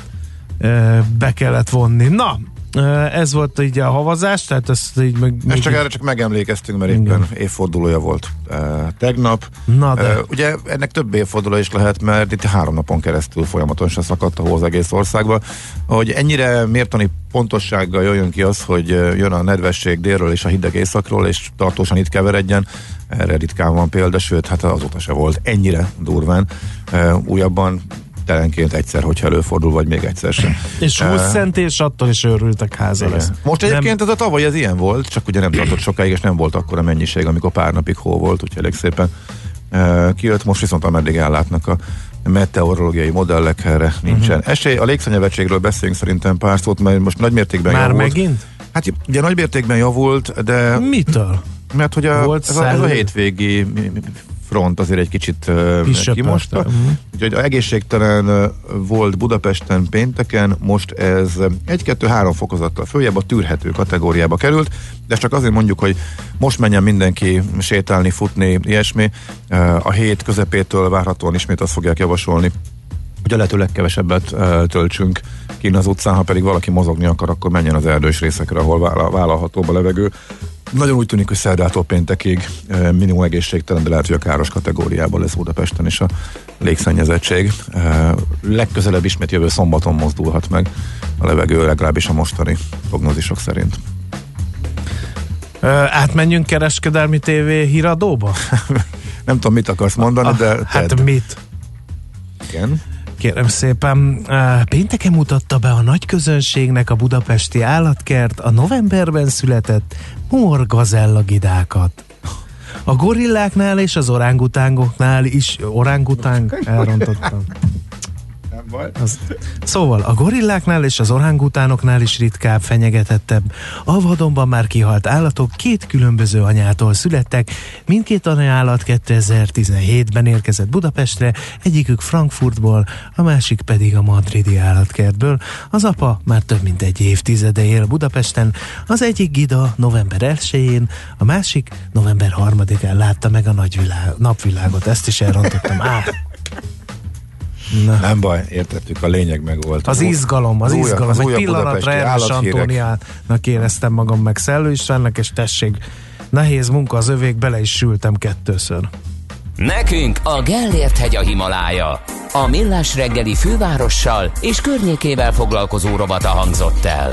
be kellett vonni. Na, ez volt így a havazás, tehát ezt így erre csak megemlékeztünk, mert éppen évfordulója volt tegnap. Ugye ennek több évforduló is lehet, mert itt 3 napon keresztül folyamatosan szakadt a hó az egész országban. Hogy ennyire mértani pontossággal jöjjön ki az, hogy jön a nedvesség délről és a hideg északról, és tartósan itt keveredjen, erre ritkán van példa, sőt, hát azóta se volt ennyire durván. Újabban telenként egyszer, hogyha előfordul, vagy még egyszer sem. És 20 cent, és attól is őrültek háza lesz. Most egyébként ez a tavaly ez ilyen volt, csak ugye nem tartott sokáig, és nem volt akkora mennyiség, amikor pár napig hó volt, úgyhogy elég szépen kijött. Most viszont ameddig ellátnak a meteorológiai modellek, erre nincsen esély. A légszennyezettségről beszéljünk szerintem pár szót, mert most nagymértékben javult. Már megint? Hát ugye nagymértékben javult, de... Mitől? Mert hogy ez a hétvégi front azért egy kicsit kimosta. Úgyhogy egészségtelen volt Budapesten pénteken, most ez 1-2-3 fokozattal följebb a tűrhető kategóriába került, de csak azért mondjuk, hogy most menjen mindenki sétálni, futni, ilyesmi. A hét közepétől várhatóan ismét azt fogják javasolni, hogy a lehető legkevesebbet töltsünk kint az utcán, ha pedig valaki mozogni akar, akkor menjen az erdős részekre, ahol vállalhatóbb a levegő. Nagyon úgy tűnik, hogy szerdától péntekig minimum egészségtelen, de lehet, hogy a káros kategóriában lesz Budapesten is a légszennyezettség. Legközelebb ismét jövő szombaton mozdulhat meg a levegő, legalábbis a mostani prognózisok szerint. Átmenjünk kereskedelmi tévé híradóba? Nem tudom, mit akarsz mondani, de... Hát mit? Igen. Kérem szépen, pénteken mutatta be a nagy közönségnek a budapesti állatkert a novemberben született morgazella gidákat. A gorilláknál és az orángutángoknál is... Orángutáng? Elrontottam. Szóval a gorilláknál és az orángutánoknál is ritkább, fenyegetettebb. A vadonban már kihalt állatok 2 különböző anyától születtek. Mindkét anyaállat 2017-ben érkezett Budapestre, egyikük Frankfurtból, a másik pedig a madridi állatkertből. Az apa már több mint 1 évtizede él Budapesten. Az egyik gida november 1-én, a másik november 3-án látta meg a napvilágot. Ezt is elrontottam. Na. Nem baj, értettük, a lényeg meg volt. Az izgalom. Egy pillanatra Ernest Antóniának éreztem magam, meg Szellő Istvánnak, és tessék, nehéz munka az övék, bele is sültem 2-ször. Nekünk a Gellért-hegy a Himalája. A Millás reggeli fővárossal és környékével foglalkozó rovata hangzott el.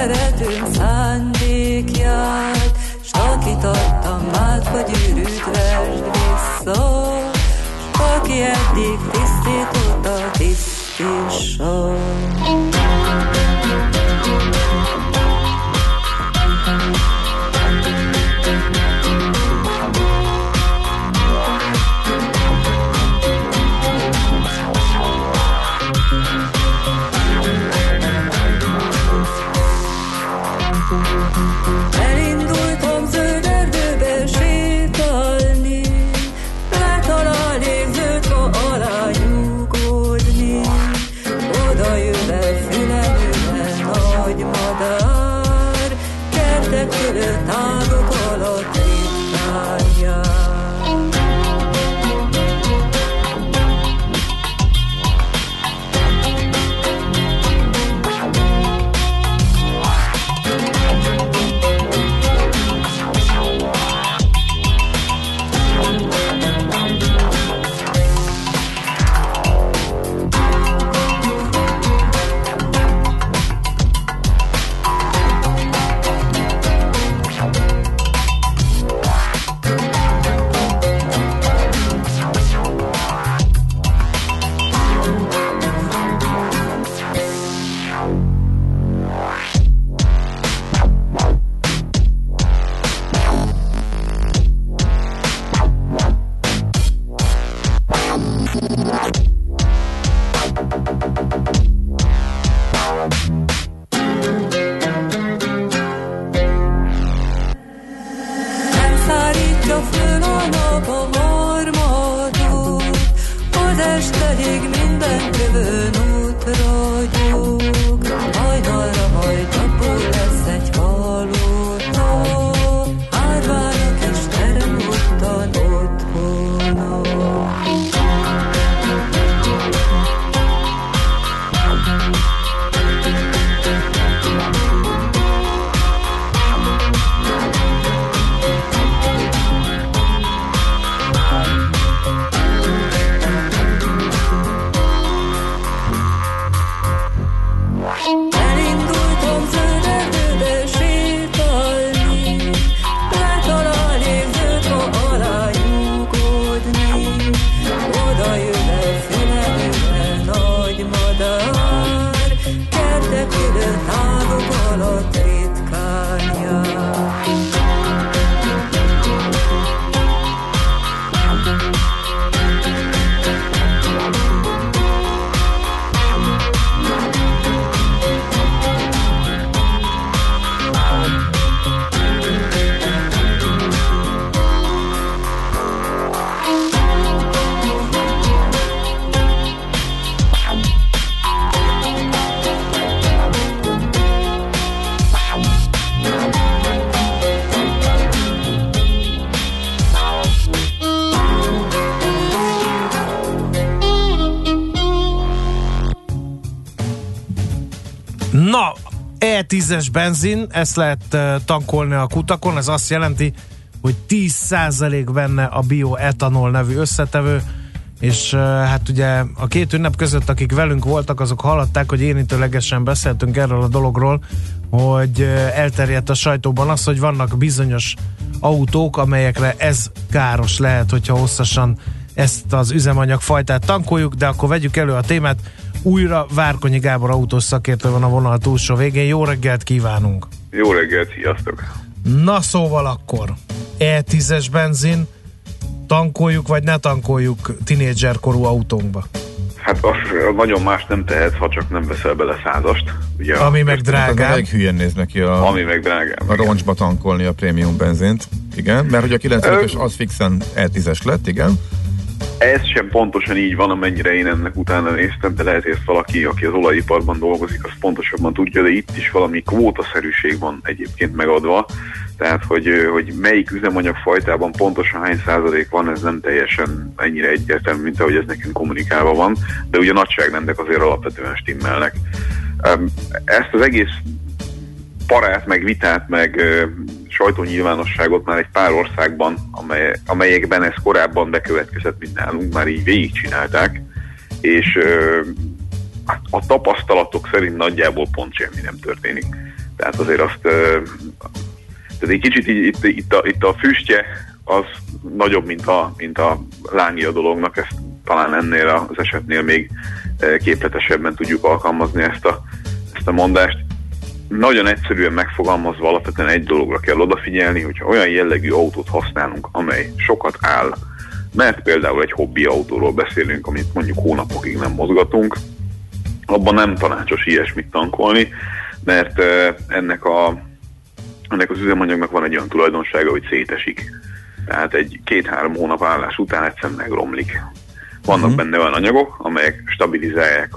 szeretünk szándékját, s akit adtam át, hogy űrűt vesd vissza, aki eddig tisztította, tisztítsam. Elindultam zöld erdőbe sétálni, letalálnék zöld fa alá nyugodni. Oda jöve füleműre nagy madár, kertek fölött ágok alatt ritkán jár. Na, E10-es benzin, ezt lehet tankolni a kutakon, ez azt jelenti, hogy 10% benne a bioetanol nevű összetevő, és hát ugye a két ünnep között, akik velünk voltak, azok hallották, hogy érintőlegesen beszéltünk erről a dologról, hogy elterjedt a sajtóban az, hogy vannak bizonyos autók, amelyekre ez káros lehet, hogyha hosszasan ezt az üzemanyagfajtát tankoljuk, de akkor vegyük elő a témát. Újra Várkonyi Gábor autós szakértő van a vonal túlsó végén. Jó reggelt kívánunk! Jó reggelt, sziasztok! Na szóval akkor, E10-es benzin, tankoljuk vagy ne tankoljuk tinédzserkorú autónkba? Hát az nagyon más nem tehetsz, ha csak nem veszel bele 100-ast. Ugye, ami meg drágább. Elég hülyen néz neki ami meg drágább. A roncsba tankolni a prémium benzint. Igen, mert hogy a 95-ös az fixen E10-es lett, igen. Ez sem pontosan így van, amennyire én ennek utána néztem, de lehet, hogy ezt valaki, aki az olajiparban dolgozik, az pontosabban tudja, de itt is valami kvótaszerűség van egyébként megadva. Tehát, hogy melyik üzemanyagfajtában pontosan hány százalék van, ez nem teljesen ennyire egyértelmű, mint ahogy ez nekünk kommunikálva van, de ugye a nagyságrendek azért alapvetően stimmelnek. Ezt az egész parát, meg vitát, meg sajtónyilvánosságot már egy pár országban, amelyekben ez korábban bekövetkezett, mint nálunk, már így végigcsinálták, és a tapasztalatok szerint nagyjából pont semmi nem történik. Tehát azért azt, tehát egy kicsit itt a füstje az nagyobb, mint a lángja a dolognak, ezt talán ennél az esetnél még képletesebben tudjuk alkalmazni ezt a mondást. Nagyon egyszerűen megfogalmazva alapvetően egy dologra kell odafigyelni, hogyha olyan jellegű autót használunk, amely sokat áll, mert például egy hobbi autóról beszélünk, amit mondjuk hónapokig nem mozgatunk, abban nem tanácsos ilyesmit tankolni, mert ennek az üzemanyagnak van egy olyan tulajdonsága, hogy szétesik. Tehát egy 2-3 hónap állás után egyszerűen megromlik. Vannak benne olyan anyagok, amelyek stabilizálják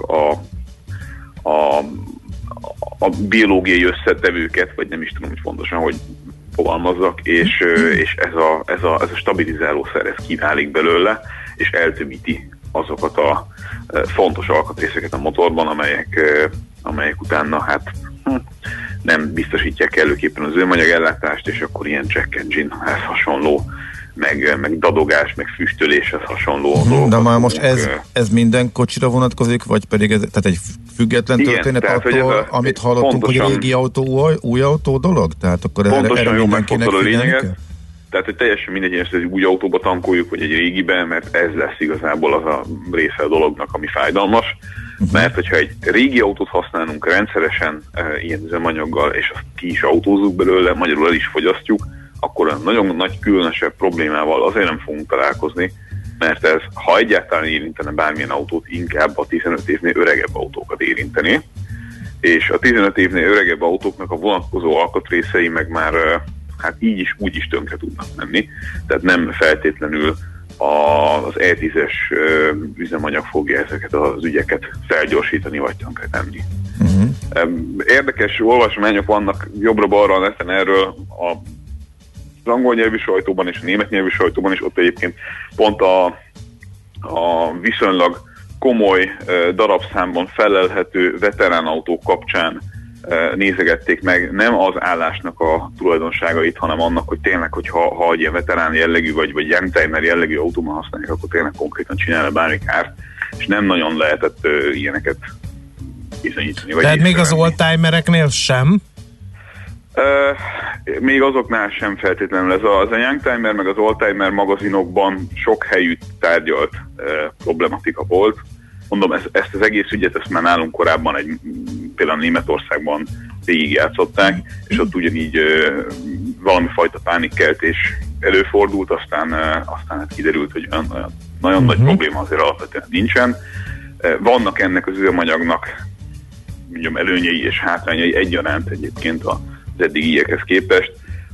a biológiai összetevőket, vagy nem is tudom, hogy fontosan, hogy fogalmazzak, és ez a stabilizálószer, ez kiválik belőle, és eltömíti azokat a fontos alkatrészeket a motorban, amelyek utána hát nem biztosítják előképpen az üzemanyag ellátást, és akkor ilyen check enginehez hasonló, meg dadogás, meg füstöléshez hasonló dolgokat. De már most ez minden kocsira vonatkozik, vagy pedig ez tehát egy független történet attól, amit hallottunk, pontosan, hogy régi autó, új autó dolog? Tehát akkor pontosan jól megfontol a lényeget. Tehát, hogy teljesen mindegy, hogy egy új autóba tankoljuk, vagy egy régiben, mert ez lesz igazából az a része a dolognak, ami fájdalmas. Mert hogyha egy régi autót használunk rendszeresen ilyen üzemanyaggal, és azt ki is autózzuk belőle, magyarul el is fogyasztjuk, akkor nagyon nagy különösebb problémával azért nem fogunk találkozni, mert ez, ha egyáltalán érintene bármilyen autót, inkább a 15 évnél öregebb autókat érinteni, és a 15 évnél öregebb autóknak a vonatkozó alkatrészei meg már hát így is, úgy is tönkre tudnak menni, tehát nem feltétlenül az E10-es üzemanyag fogja ezeket az ügyeket felgyorsítani, vagy tönkre tenni. Érdekes olvasmányok vannak jobbra-balra a neten erről az angol nyelvű sajtóban és a német nyelvű sajtóban is, ott egyébként pont a viszonylag komoly darabszámban felelhető veteránautók kapcsán nézegették meg nem az állásnak a tulajdonságait, hanem annak, hogy tényleg, ha egy ilyen veterán jellegű, vagy youngtimer jellegű autóban használják, akkor tényleg konkrétan csinálja bármi kárt, és nem nagyon lehetett ilyeneket bizonyítani. Tehát még az oldtimereknél sem? Még azoknál sem feltétlenül. Ez a youngtimer meg az oldtimer magazinokban sok helyütt tárgyalt problematika volt. Mondom, ezt az egész ügyet, ezt már nálunk korábban például Németországban végigjátszották, és ott ugyanígy valami fajta pánikkeltés előfordult, aztán hát kiderült, hogy nagyon nagy probléma azért alapvetően nincsen. Vannak ennek az üzemanyagnak mondjam, előnyei és hátrányai egyaránt egyébként az eddigiekhez képest.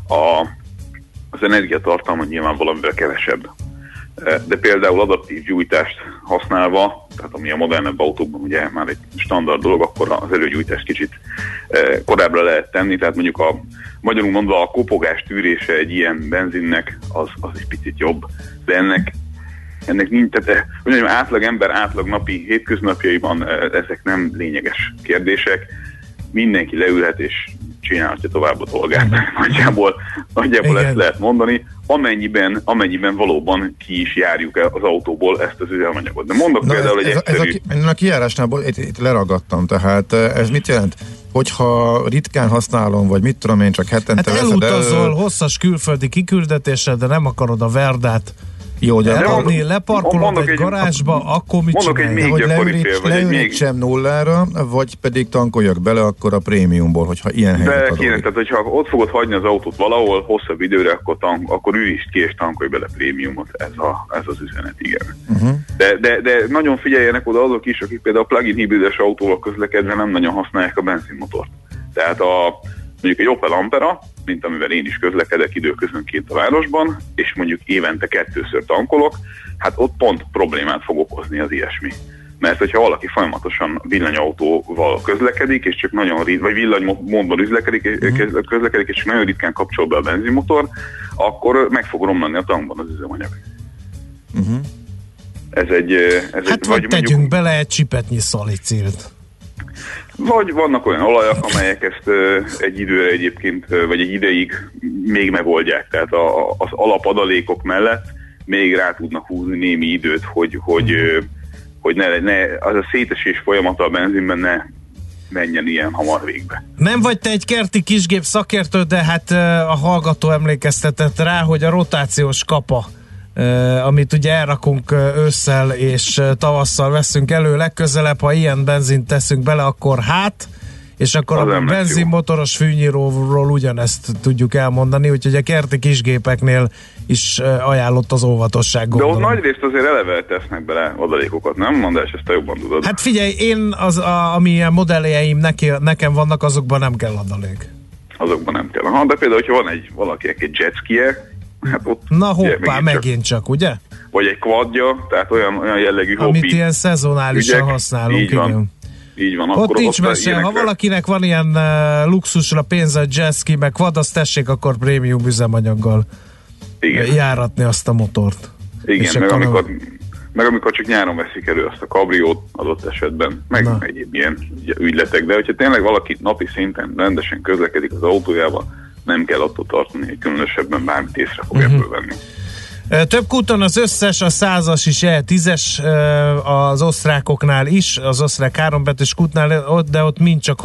Az energiatartalma nyilván valamivel kevesebb. De például adaptív gyújtást használva, tehát ami a modernebb autókban ugye már egy standard dolog, akkor az előgyújtást kicsit korábbra lehet tenni, tehát mondjuk magyarul mondva a kopogás tűrése egy ilyen benzinnek az egy picit jobb, de ennek nincs, tehát mondjam, átlag ember, átlag napi hétköznapjaiban ezek nem lényeges kérdések, mindenki leülhet és csinálhatja tovább a dolgát. Nagyjából ezt lehet mondani, amennyiben valóban ki is járjuk az autóból ezt az üzemanyagot. De mondok például egy egyszerű... A kijárásnál itt leragadtam, tehát ez mit jelent? Hogyha ritkán használom, vagy mit tudom én, csak hetente veszed elutazol hosszas külföldi kiküldetésre, de nem akarod a Verdát leparkolod egy garázsba, akkor mit csinálj? Hogy leürítsem nullára, vagy pedig tankoljak bele akkor a prémiumból, hogyha ilyen helyzet adódik. Tehát hogyha ott fogod hagyni az autót valahol hosszabb időre, akkor ürítsd ki és tankolj bele prémiumot. Ez az üzenet, igen. De nagyon figyeljenek oda azok is, akik például a plug-in hibrides autóval közlekedve nem nagyon használják a benzinmotort. Tehát mondjuk egy Opel Ampera, mint amivel én is közlekedek időközönként a városban, és mondjuk évente 2-ször tankolok, hát ott pont problémát fog okozni az ilyesmi. Mert hogyha valaki folyamatosan villanyautóval közlekedik, és csak nagyon vagy villanymódban közlekedik, és csak nagyon ritkán kapcsol be a benzinmotor, akkor meg fog romlani a tankban az üzemanyag. Vagy tegyünk bele egy csipetnyi szalicilt. Vagy vannak olyan olajak, amelyek ezt egy időre egyébként, vagy egy ideig még megoldják. Tehát az alapadalékok mellett még rá tudnak húzni némi időt, hogy ne az a szétesés folyamata a benzinben menjen ilyen hamar végbe. Nem vagy te egy kerti kisgép szakértő, de hát a hallgató emlékeztetett rá, hogy a rotációs kapa, amit ugye elrakunk ősszel és tavasszal veszünk elő legközelebb, ha ilyen benzint teszünk bele, akkor és akkor a benzinmotoros fűnyíróról ugyanezt tudjuk elmondani, úgyhogy a kerti kisgépeknél is ajánlott az óvatosság, gondolom. De ott nagyrészt azért eleve tesznek bele adalékokat, nem? András, ezt te jobban tudod. Hát figyelj, én amilyen modelljeim nekem vannak, azokban nem kell adalék. Azokban nem kell. De például, hogyha van valakinek egy jetskije, hát ott... Na hoppá, megint csak, ugye? Vagy egy quadja, tehát olyan jellegű hobbi. Amit ilyen szezonálisan használunk, így van. Így van. Ott nincs mese, ha valakinek van ilyen luxusra pénze, a jetski, meg quad, azt tessék akkor prémium üzemanyaggal járatni azt a motort. Igen, meg amikor csak nyáron veszik elő azt a kabriót adott esetben, meg egyéb ilyen ügyletek, de hogyha tényleg valaki napi szinten rendesen közlekedik az autójával, nem kell attól tartani, hogy különösebben bármit észre fog ebből venni. Több kúton az összes, a 100-as is E10-es, az osztrákoknál is, az osztrák 3 betűs kútnál, de ott mind csak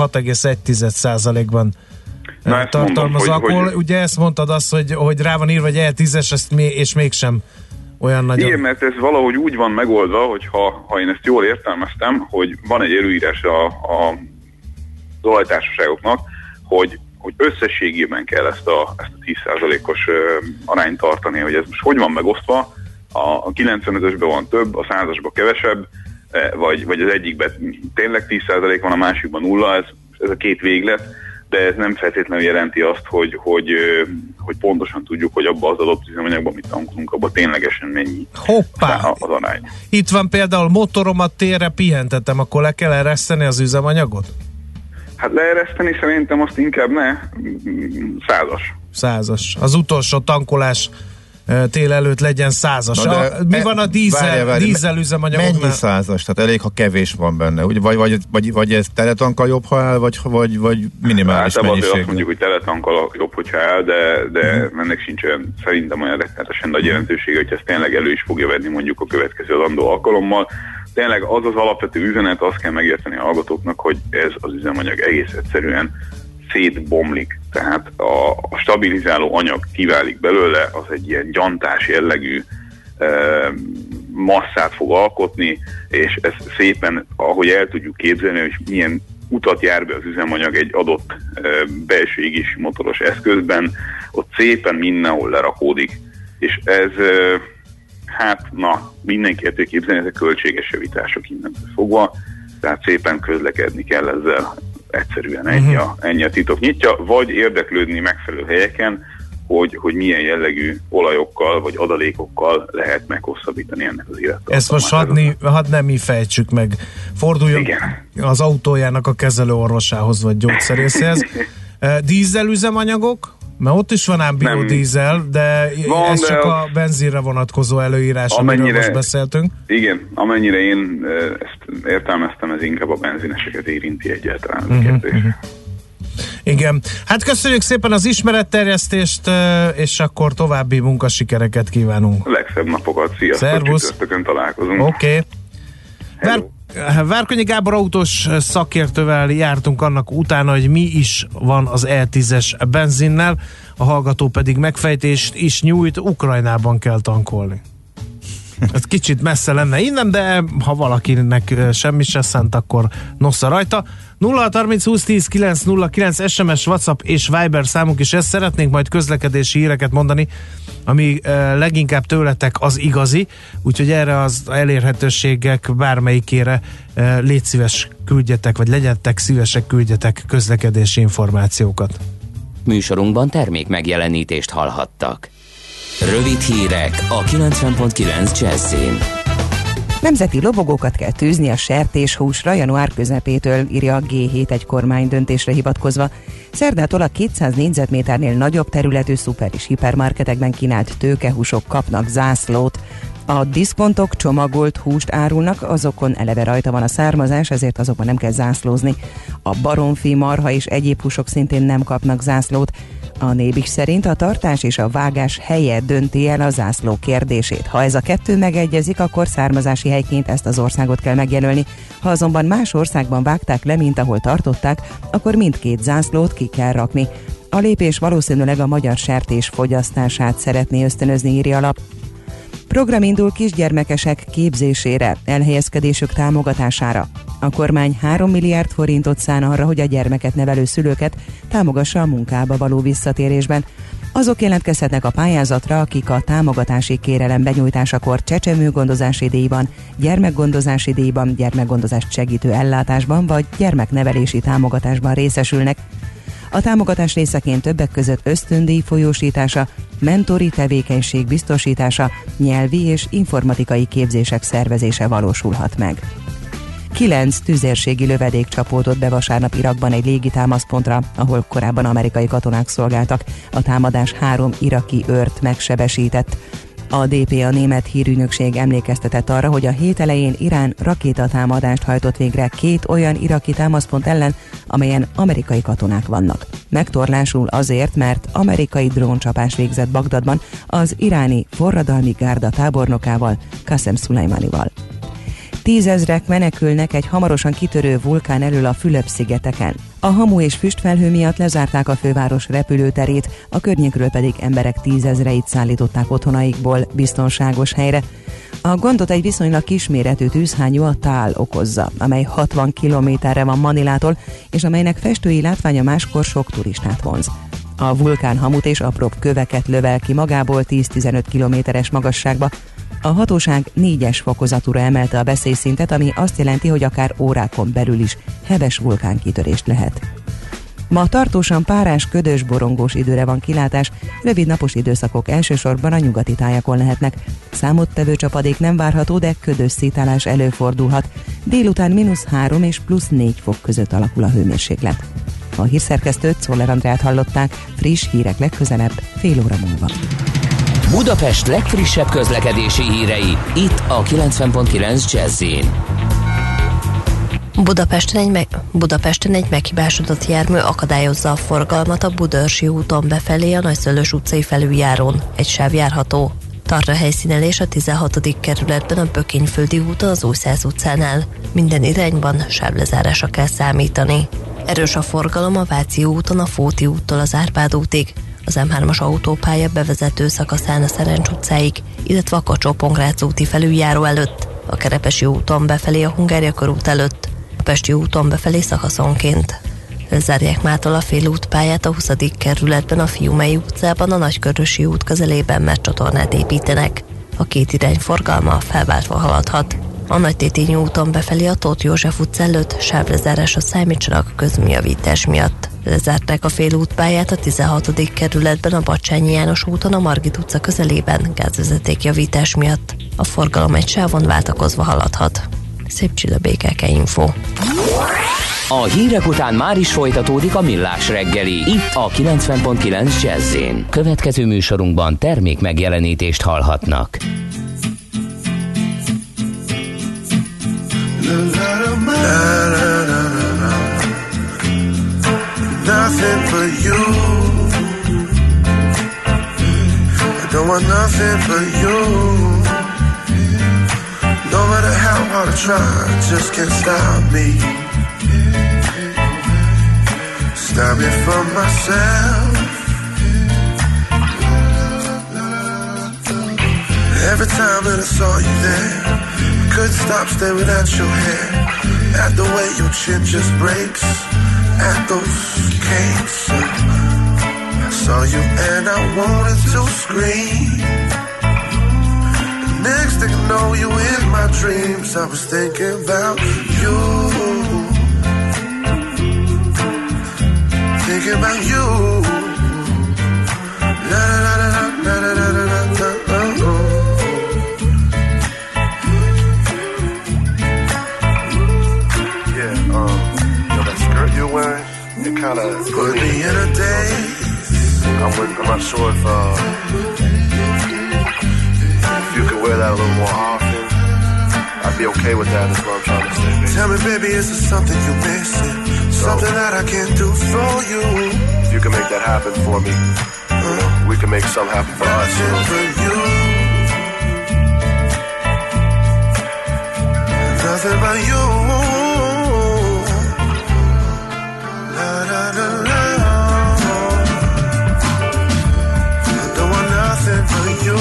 6,1%-ban tartalmaz alkohol. Ugye ezt mondtad azt, hogy rá van írva, hogy E10-es, és mégsem olyan nagyon. Igen, mert ez valahogy úgy van megoldva, hogy ha én ezt jól értelmeztem, hogy van egy előírás az olajtársaságoknak, hogy összességében kell ezt a 10%-os arányt tartani, hogy ez most hogy van megosztva, a 95-ösben van több, a 100-asban kevesebb, vagy az egyikben tényleg 10% van, a másikban 0, ez a két véglet, de ez nem feltétlenül jelenti azt, hogy pontosan tudjuk, hogy abban az adott üzemanyagban, amit tankolunk, abban ténylegesen mennyi az arány. Itt van például motoromat térre pihentetem, akkor le kell ereszteni az üzemanyagot? Hát leereszteni szerintem azt inkább ne. 100-as. 100-as. Az utolsó tankolás tél előtt legyen 100-as. Mi van a dízel üzemanyagoknál? Mennyi 100-as? Tehát elég, ha kevés van benne. Vagy ez teletankkal jobb, ha el, vagy minimális hát mennyiség? Azt mondjuk, hogy teletankkal jobb, hogyha el, de ennek sincs olyan, szerintem olyan rettenetesen nagy jelentősége, hogy ezt tényleg elő is fogja venni mondjuk a következő adandó alkalommal. Tényleg az alapvető üzenet, azt kell megérteni a hallgatóknak, hogy ez az üzemanyag egész egyszerűen szétbomlik. Tehát a stabilizáló anyag kiválik belőle, az egy ilyen gyantás jellegű masszát fog alkotni, és ez szépen, ahogy el tudjuk képzelni, hogy milyen utat jár be az üzemanyag egy adott belső égési motoros eszközben, ott szépen mindenhol lerakódik. És ez... mindenki értő képzelni, ezek költséges javítások innentől fogva, tehát szépen közlekedni kell ezzel, egyszerűen ennyi a titok nyitja, vagy érdeklődni megfelelő helyeken, hogy milyen jellegű olajokkal vagy adalékokkal lehet meghosszabbítani ennek az élettartamát. Ezt most hadd nem mi fejtsük meg. Forduljon az autójának a kezelőorvosához vagy gyógyszerészhez. Dízel üzemanyagok? Mert ott is van ám biodízel, de ez csak a benzinre vonatkozó előírás, amiről most beszéltünk. Igen, amennyire én ezt értelmeztem, ez inkább a benzineseket érinti egyáltalán a kérdés. Igen. Hát köszönjük szépen az ismeretterjesztést, és akkor további munkasikereket kívánunk. A legszebb napokat, sziasztok, csütörtökön találkozunk. Oké. Várkonyi Gábor autós szakértővel jártunk annak utána, hogy mi is van az E10-es benzinnel, a hallgató pedig megfejtést is nyújt, Ukrajnában kell tankolni. Ez kicsit messze lenne innen, de ha valakinek semmi se szent, akkor nosza rajta. 0630 20 10 909 SMS, WhatsApp és Viber számunk is, ezt szeretnénk majd közlekedési híreket mondani, ami leginkább tőletek az igazi, úgyhogy erre az elérhetőségek bármelyikére légy szíves küldjetek, vagy legyetek szívesek, küldjetek közlekedési információkat. Műsorunkban termék megjelenítést hallhattak. Rövid hírek a 90.9 Jazzin. Nemzeti lobogókat kell tűzni a sertéshúsra január közepétől, írja a G7 egy kormány döntésre hivatkozva. Szerdától a 200 négyzetméternél nagyobb területű szuper és hipermarketekben kínált tőkehúsok kapnak zászlót. A diszkontok csomagolt húst árulnak, azokon eleve rajta van a származás, ezért azokban nem kell zászlózni. A baromfi, marha és egyéb húsok szintén nem kapnak zászlót. A Nébis szerint a tartás és a vágás helye dönti el a zászló kérdését. Ha ez a kettő megegyezik, akkor származási helyként ezt az országot kell megjelölni. Ha azonban más országban vágták le, mint ahol tartották, akkor mindkét zászlót ki kell rakni. A lépés valószínűleg a magyar sertés fogyasztását szeretné ösztönözni, írja a lap. Program indul kisgyermekesek képzésére, elhelyezkedésük támogatására. A kormány 3 milliárd forintot szán arra, hogy a gyermeket nevelő szülőket támogassa a munkába való visszatérésben. Azok jelentkezhetnek a pályázatra, akik a támogatási kérelem benyújtásakor csecsemőgondozási díjban, gyermekgondozási díjban, gyermekgondozást segítő ellátásban vagy gyermeknevelési támogatásban részesülnek. A támogatás részeként többek között ösztöndíj folyósítása, mentori tevékenység biztosítása, nyelvi és informatikai képzések szervezése valósulhat meg. 9 tüzérségi lövedék csapódott be vasárnap Irakban egy légitámaszpontra, ahol korábban amerikai katonák szolgáltak. A támadás 3 iraki őrt megsebesített. A DPA német hírügynökség emlékeztetett arra, hogy a hét elején Irán rakétatámadást hajtott végre 2 olyan iraki támaszpont ellen, amelyen amerikai katonák vannak. Megtorlásul azért, mert amerikai dróncsapás végzett Bagdadban az iráni forradalmi gárda tábornokával, Qasem Szulajmánival. 10 000-ek menekülnek egy hamarosan kitörő vulkán elől a Fülöp-szigeteken. A hamu és füstfelhő miatt lezárták a főváros repülőterét, a környékről pedig emberek 10 000-eit szállították otthonaikból biztonságos helyre. A gondot egy viszonylag kisméretű tűzhányú, a Tál okozza, amely 60 kilométerre van Manilától, és amelynek festői látványa máskor sok turistát vonz. A vulkán hamut és apróbb köveket lövel ki magából 10-15 kilométeres magasságba. A hatóság 4-es fokozatúra emelte a veszélyszintet, ami azt jelenti, hogy akár órákon belül is heves vulkánkitörést lehet. Ma tartósan párás, ködös, borongós időre van kilátás, rövid napos időszakok elsősorban a nyugati tájakon lehetnek. Számottevő csapadék nem várható, de ködös szétálás előfordulhat. Délután -3 és +4 fok között alakul a hőmérséklet. A hírszerkesztőt, Czoller Andrát hallották, friss hírek legközelebb, fél óra múlva. Budapest legfrissebb közlekedési hírei, itt a 90.9 Jazz-in. Budapesten egy meghibásodott jármű akadályozza a forgalmat a Budaörsi úton befelé a Nagyszőlős utcai felüljárón. Egy sáv járható. Tart a helyszínelés a 16. kerületben a Bökényföldi úton az Újszász utcánál. Minden irányban sávlezárásra kell számítani. Erős a forgalom a Váci úton a Fóti úttól az Árpád útig, az M3-as autópálya bevezető szakaszán a Szerencs utcáig, illetve a Kacsó-Pongrác úti felüljáró előtt, a Kerepesi úton befelé a Hungária körút előtt, a Pesti úton befelé szakaszonként. Lezárják mától a félútpályát a 20. kerületben a Fiumei utcában, a Nagykörösi út közelében, mert csatornát építenek. A két irány forgalma felváltva haladhat. A Nagytétényi úton befelé a Tóth József utca előtt sávlezárásra számítsanak a közműjavítás miatt. Lezárták a félútpályát a 16. kerületben a Bacsányi János úton a Margit utca közelében gázvezetékjavítás miatt. A forgalom egy sávon váltakozva haladhat. Szép Csilla, BKK Info. A hírek után már is folytatódik a Millás reggeli, itt a 90.9 Jazz-in. Következő műsorunkban termék megjelenítést hallhatnak. Nothing but you. I don't want nothing but you. No matter how hard I try, just can't stop me. Stop me from myself. Every time that I saw you there, I couldn't stop staring at your hair, at the way your chin just breaks, at those cakes. I saw you and I wanted to scream. Next thing I know, you in my dreams. I was thinking about you, thinking about you. La la la la la la la la la la. It kind of put me in a daze. I'm not sure if you could wear that a little more often, I'd be okay with that, is what I'm trying to say, baby. Tell me, baby, is there something you're missing? Something that I can do for you? If you can make that happen for me, we can make something happen for us. For you. Nothing but you. La, la, la, la. I don't want nothing but you.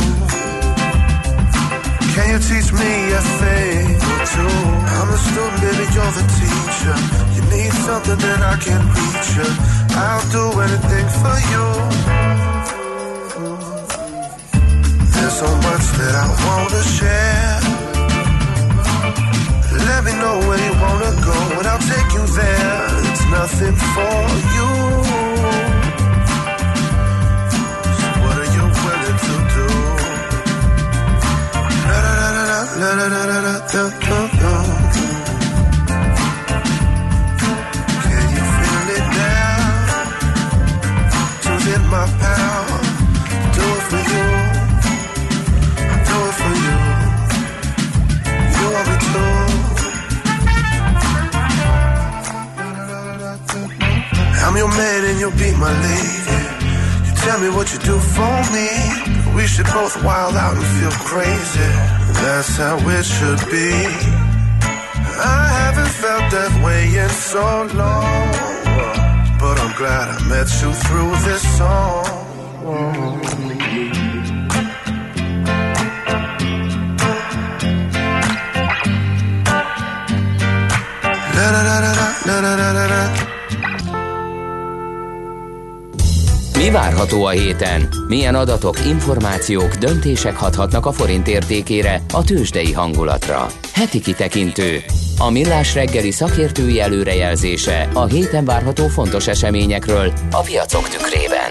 Can you teach me a thing or two? I'm a student, baby, you're the teacher. You need something that I can reach you. I'll do anything for you. There's so much that I wanna share. Let me know where you wanna go and I'll take you there. It's nothing for you. So what are you willing to do? La la la la la la la la la la la. Can you feel it now? Two's in my power. Do it for you. Do it for you. You want me to? I'm your man and you'll be my lady. You tell me what you do for me. We should both wild out and feel crazy. That's how it should be. I haven't felt that way in so long, but I'm glad I met you through this song. La la la la la la la la la. Mi várható a héten? Milyen adatok, információk, döntések hathatnak a forint értékére, a tőzsdei hangulatra? Heti kitekintő. A Millás reggeli szakértői előrejelzése a héten várható fontos eseményekről a piacok tükrében.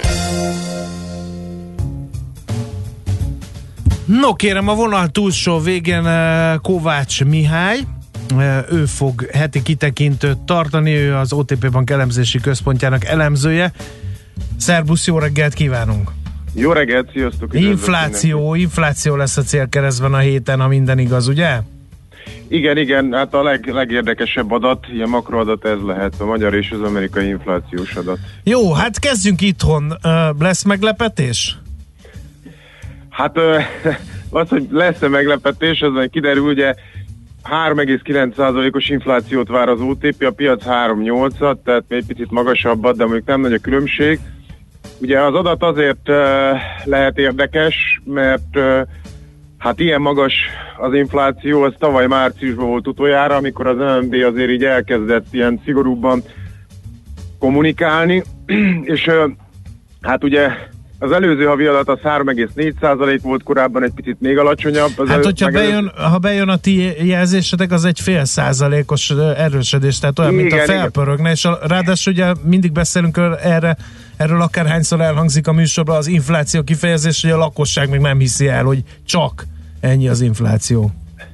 No kérem, a vonal túlsó végén Kovács Mihály. Ő fog heti kitekintőt tartani, ő az OTP Bank elemzési központjának elemzője. Szerbusz, jó reggelt kívánunk! Jó reggelt, sziasztok! Infláció lesz a célkeresztben a héten, ha minden igaz, ugye? Igen, hát a legérdekesebb adat, ilyen makroadat ez lehet, a magyar és az amerikai inflációs adat. Jó, hát kezdjünk itthon. Lesz meglepetés? Hát az, hogy lesz-e meglepetés, az majd kiderül, ugye 3,9%-os inflációt vár az OTP, a piac 3,8-at, tehát egy picit magasabbat, de mondjuk nem nagy a különbség. Ugye az adat azért lehet érdekes, mert hát ilyen magas az infláció, az tavaly márciusban volt utoljára, amikor az MNB azért így elkezdett ilyen szigorúbban kommunikálni, és hát ugye az előző havi adat az 3,4% volt, korábban egy picit még alacsonyabb. Hát hogyha ha bejön a ti jelzésetek, az egy 0,5%-os erősödés, tehát olyan, igen, mint a felpörögne, és ráadásul ugye mindig beszélünk erről akárhányszor elhangzik a műsorban az infláció kifejezés, hogy a lakosság még nem hiszi el, hogy csak ennyi az infláció.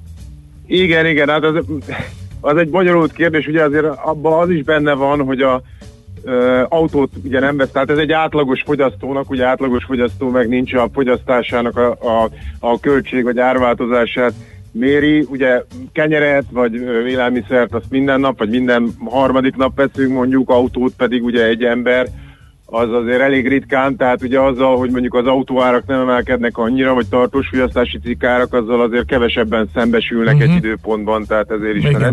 Igen, hát az egy bonyolult kérdés, ugye azért abban az is benne van, hogy a autót ugye nem vesz, tehát ez egy átlagos fogyasztónak, ugye átlagos fogyasztó meg nincs a fogyasztásának a költség vagy árváltozását méri, ugye kenyeret vagy élelmiszert azt minden nap, vagy minden harmadik nap veszünk mondjuk, autót pedig ugye egy ember, az azért elég ritkán, tehát ugye azzal, hogy mondjuk az autóárak nem emelkednek annyira, vagy tartós fogyasztási cikkárak, azzal azért kevesebben szembesülnek egy időpontban, tehát ezért is lehet.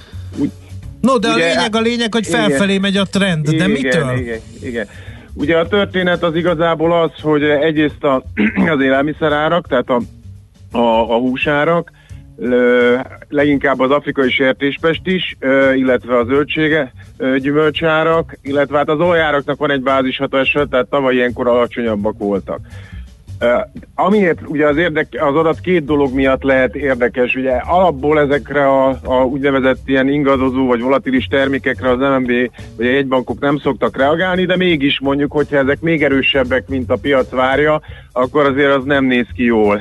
No, de ugye, a lényeg, hogy felfelé megy a trend, de mitől? Igen. Ugye a történet az igazából az, hogy egyrészt az élelmiszerárak, tehát a húsárak, leginkább az afrikai sertéspest is, illetve a zöldsége, gyümölcsárak, illetve hát az olajáraknak van egy bázishatása, tehát tavaly ilyenkor alacsonyabbak voltak. Amiért ugye az adat két dolog miatt lehet érdekes, ugye alapból ezekre a úgynevezett ilyen ingadozó vagy volatilis termékekre az MNB vagy a jegybankok nem szoktak reagálni, de mégis mondjuk, hogyha ezek még erősebbek, mint a piac várja, akkor azért az nem néz ki jól.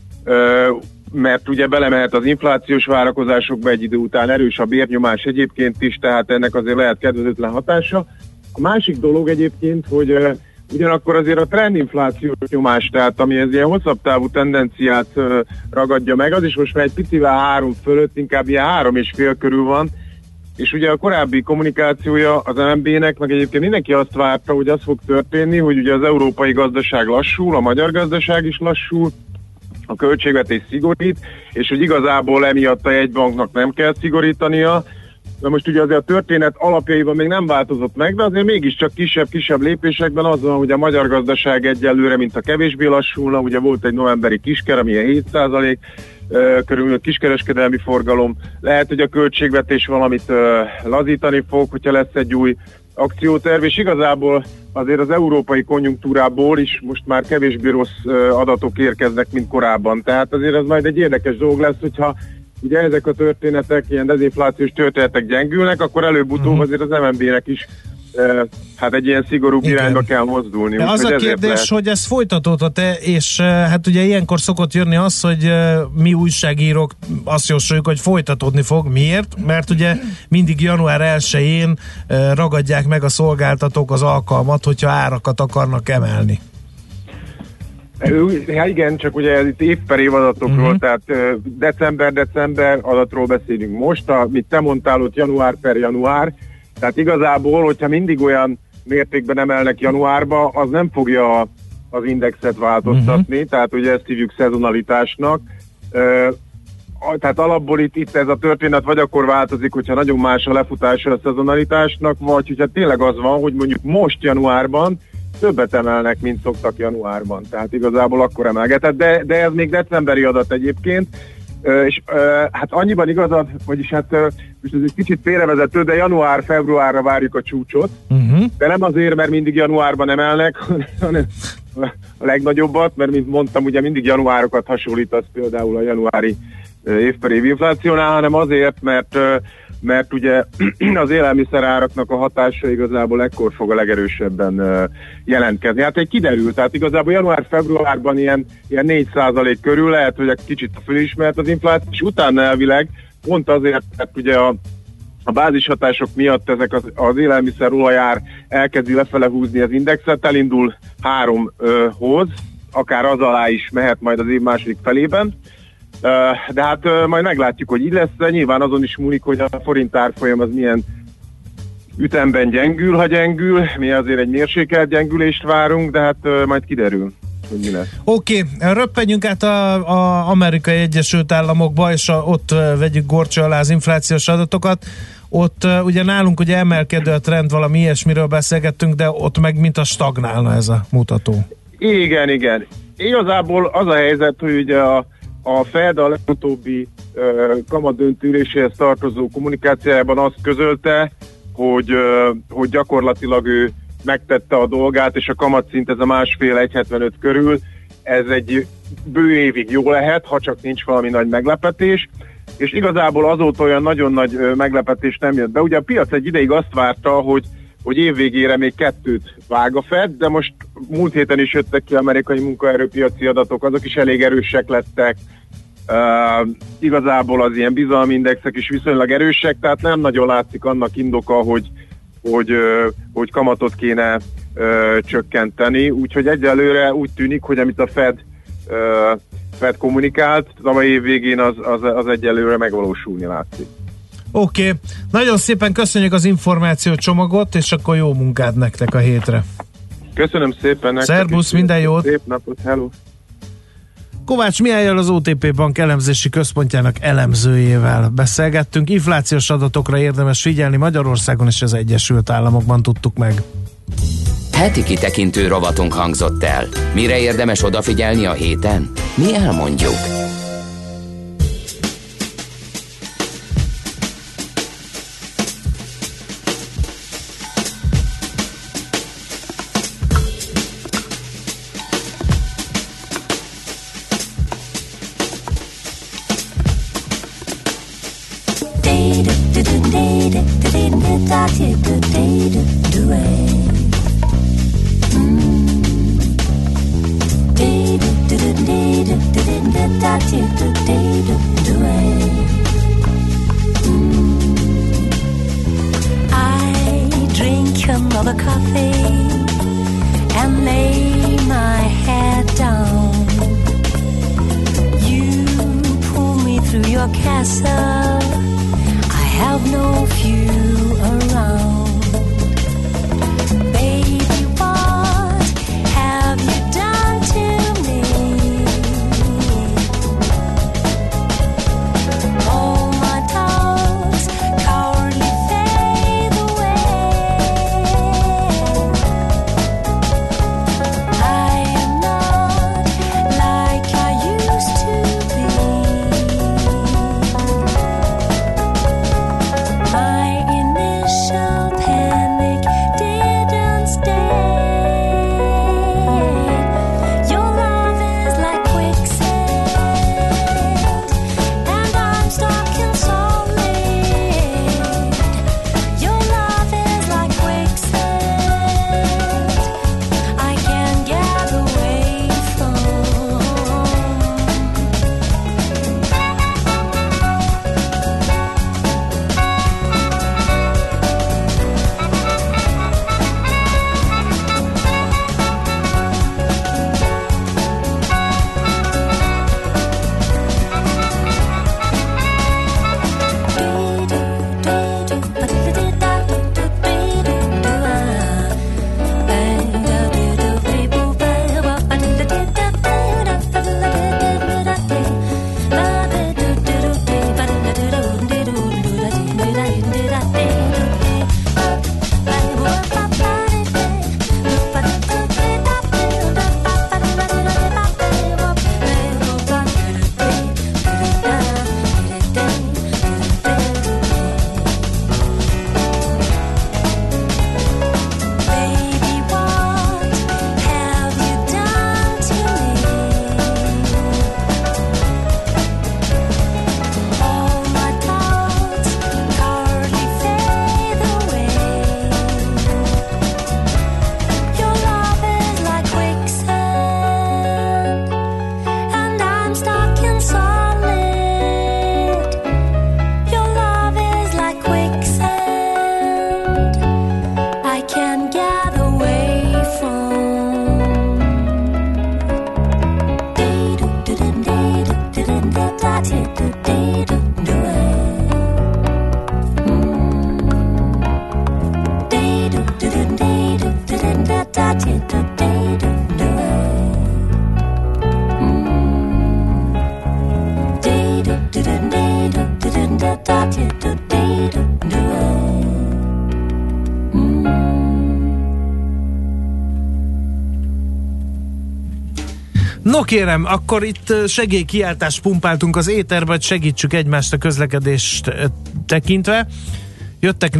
Mert ugye belemehet az inflációs várakozásokba egy idő után, erős a bérnyomás egyébként is, tehát ennek azért lehet kedvezőtlen hatása. A másik dolog egyébként, hogy ugyanakkor azért a trendinflációs nyomás, tehát ami ez ilyen hosszabb távú tendenciát ragadja meg, az is most már egy picivel 3 fölött, inkább ilyen 3,5 körül van, és ugye a korábbi kommunikációja az MNB-nek, meg egyébként mindenki azt várta, hogy az fog történni, hogy ugye az európai gazdaság lassul, a magyar gazdaság is lassul, a költségvetés szigorít, és hogy igazából emiatt a jegybanknak nem kell szigorítania. De most ugye azért a történet alapjaiban még nem változott meg, de azért mégiscsak kisebb lépésekben az van, hogy a magyar gazdaság egyelőre, mint a kevésbé lassulna, ugye volt egy novemberi kisker, ami 7% körül kiskereskedelmi forgalom, lehet, hogy a költségvetés valamit lazítani fog, hogyha lesz egy új akcióterv, és igazából azért az európai konjunktúrából is most már kevésbé rossz adatok érkeznek, mint korábban. Tehát azért ez majd egy érdekes dolog lesz, hogyha ugye ezek a történetek, ilyen dezinflációs történetek gyengülnek, akkor előbb-utóbb azért az MNB-nek is hát egy ilyen szigorúbb irányba kell mozdulni. De az a kérdés, hogy ez folytatódhat-e, és hát ugye ilyenkor szokott jönni az, hogy mi újságírók azt jósoljuk, hogy folytatódni fog. Miért? Mert ugye mindig január 1-én ragadják meg a szolgáltatók az alkalmat, hogyha árakat akarnak emelni. Hát igen, csak ugye itt év per év adatokról, tehát december adatról beszélünk most, amit te mondtál ott január per január, tehát igazából, hogyha mindig olyan mértékben emelnek januárba, az nem fogja az indexet változtatni, tehát ugye ezt hívjuk szezonalitásnak. Tehát alapból itt ez a történet vagy akkor változik, hogyha nagyon más a lefutása a szezonalitásnak, vagy hogyha tényleg az van, hogy mondjuk most januárban többet emelnek, mint szoktak januárban. Tehát igazából akkor emelgetett, de ez még decemberi adat egyébként, és hát annyiban igazad, vagyis hát most ez egy kicsit félrevezető, de január-februárra várjuk a csúcsot, de nem azért, mert mindig januárban emelnek, hanem a legnagyobbat, mert mint mondtam, ugye mindig januárokat hasonlítasz például a januári év per év inflációnál, hanem azért, mert ugye az élelmiszeráraknak a hatása igazából ekkor fog a legerősebben jelentkezni. Hát egy kiderült, tehát igazából január-februárban ilyen 4% körül lehet, hogy egy kicsit fölismert az infláció, és utána elvileg pont azért, mert ugye a bázishatások miatt ezek az élelmiszer-olajár elkezdi lefele húzni az indexet, elindul 3-hoz, akár az alá is mehet majd az év második felében. De hát majd meglátjuk, hogy így lesz, de nyilván azon is múlik, hogy a forint árfolyam az milyen ütemben gyengül, ha gyengül. Mi azért egy mérsékelt gyengülést várunk, de hát majd kiderül, hogy mi lesz. Oké, röppenjünk át az Amerikai Egyesült Államokba, és ott vegyük górcső alá az inflációs adatokat. Ott ugye nálunk ugye emelkedő a trend, valami ilyesmiről beszélgettünk, de ott meg mint a stagnálna ez a mutató. Igen. Igazából az a helyzet, hogy ugye a Fed a legutóbbi kamatdöntő üléséhez tartozó kommunikációjában azt közölte, hogy gyakorlatilag ő megtette a dolgát, és a kamatszint ez a 1,5-1,75 körül, ez egy bő évig jó lehet, ha csak nincs valami nagy meglepetés, és igazából azóta olyan nagyon nagy meglepetés nem jött be. Ugye a piac egy ideig azt várta, hogy évvégére még 2 vág a Fed, de most múlt héten is jöttek ki amerikai munkaerőpiaci adatok, azok is elég erősek lettek. Igazából az ilyen bizalmi indexek is viszonylag erősek, tehát nem nagyon látszik annak indoka, hogy kamatot kéne csökkenteni, úgyhogy egyelőre úgy tűnik, hogy amit a Fed kommunikált, tavaly év végén az egyelőre megvalósulni látszik. Oké. Nagyon szépen köszönjük az információcsomagot, és akkor jó munkát nektek a hétre. Köszönöm szépen. Szerbusz, minden jót. Szép napot, hello. Kovács Mihályal, az OTP Bank elemzési központjának elemzőjével beszélgettünk. Inflációs adatokra érdemes figyelni, Magyarországon és az Egyesült Államokban tudtuk meg. Heti kitekintő rovatunk hangzott el. Mire érdemes odafigyelni a héten? Mi elmondjuk. I drink another coffee and your castle. I have no few around. Baby, what have you done to me? All my doubts cowardly fade away. I am not like I used to be. My initial panic didn't stay. Your love is like quicksand, and I'm stuck in solid. Your love is like quicksand, I can't get away from. Baby, what have you done to me? All my thoughts cowardly fade away. Your love is like quicksand, and I'm stuck in solid. Your love is like quicksand, I can't get away from. No kérem, akkor itt segélykiáltást pumpáltunk az éterbe, hogy segítsük egymást a közlekedést tekintve. Jöttek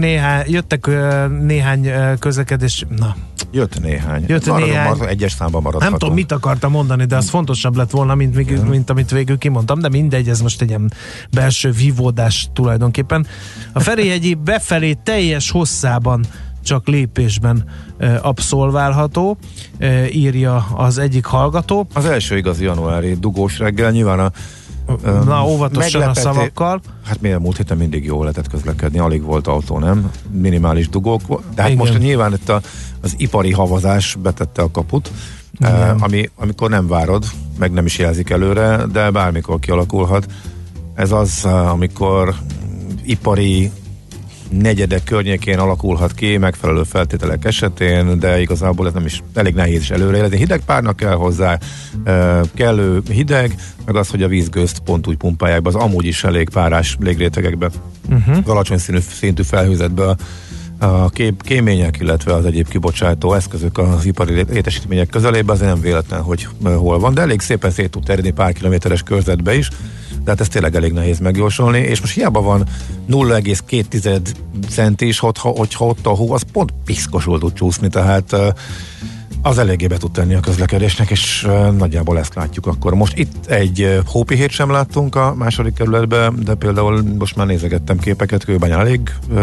néhány közlekedés... Na. Jött néhány. Egyes számban maradható. Nem tudom, mit akartam mondani, de az fontosabb lett volna, mint amit végül kimondtam, de mindegy, ez most egy ilyen belső vívódás tulajdonképpen. A Ferihegyi befelé teljes hosszában csak lépésben abszolválható, írja az egyik hallgató. Az első igazi januári dugós reggel, nyilván na, óvatosan a szavakkal. Hát miért múlt héten mindig jól lehetett közlekedni, alig volt autó, nem? Minimális dugók volt. De hát igen. Most nyilván itt az ipari havazás betette a kaput, amikor nem várod, meg nem is jelzik előre, de bármikor kialakulhat. Ez az, amikor ipari negyedek környékén alakulhat ki megfelelő feltételek esetén, de igazából ez nem is elég nehéz is előrejelezni. Hideg párnak kell hozzá, kellő hideg, meg az, hogy a vízgőzt pont úgy pumpálják be az amúgy is elég párás légrétegekbe. Az alacsony szintű felhőzetbe a kémények, illetve az egyéb kibocsátó eszközök az ipari létesítmények közelében, azért nem véletlen, hogy hol van, de elég szépen szét tud terjedni pár kilométeres körzetbe is, de hát ez tényleg elég nehéz megjósolni, és most hiába van 0,2 centis, hogyha ott a hó, az pont piszkosul tud csúszni, tehát az eléggé be tud tenni a közlekedésnek, és nagyjából ezt látjuk akkor. Most itt egy hópihét sem láttunk a második kerületben, de például most már nézegettem képeket, Kőbányán elég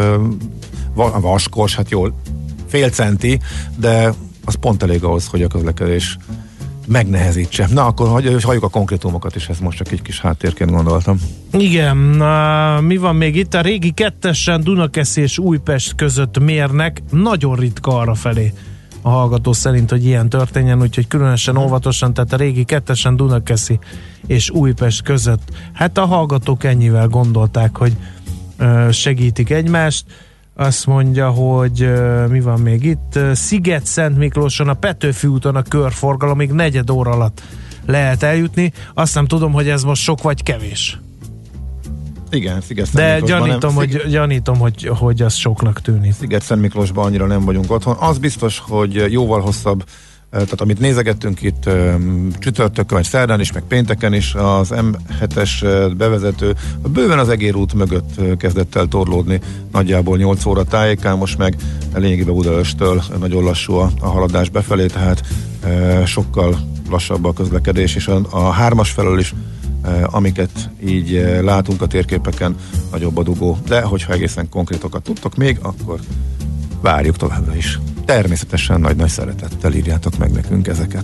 vaskos, hát jól fél centi, de az pont elég ahhoz, hogy a közlekedés megnehezítse. Na, akkor halljuk a konkrétumokat is, ez most csak egy kis háttérként gondoltam. Igen, mi van még itt? A régi kettesen Dunakeszi és Újpest között mérnek, nagyon ritka arrafelé a hallgató szerint, hogy ilyen történjen, úgyhogy különösen óvatosan, tehát a régi kettesen Dunakeszi és Újpest között. Hát a hallgatók ennyivel gondolták, hogy segítik egymást. Azt mondja, hogy mi van még itt? Sziget-Szent Miklóson a Petőfi úton a körforgalomig 4 óra alatt lehet eljutni. Azt nem tudom, hogy ez most sok vagy kevés. Igen, de gyanítom, hogy az soknak tűnik. Sziget-Szent Miklósban annyira nem vagyunk otthon. Az biztos, hogy jóval hosszabb, tehát amit nézegettünk itt csütörtökön, vagy szerdán is, meg pénteken is, az M7-es bevezető bőven az Egér út mögött kezdett el torlódni, nagyjából 8 óra tájékán, most meg lényegében Budaörstől nagyon lassú a haladás befelé, tehát sokkal lassabb a közlekedés, és a 3-as felől is, amiket így látunk a térképeken, nagyobb a dugó. De hogyha egészen konkrétokat tudtok még, akkor várjuk továbbra is. Természetesen nagy-nagy szeretettel írjátok meg nekünk ezeket.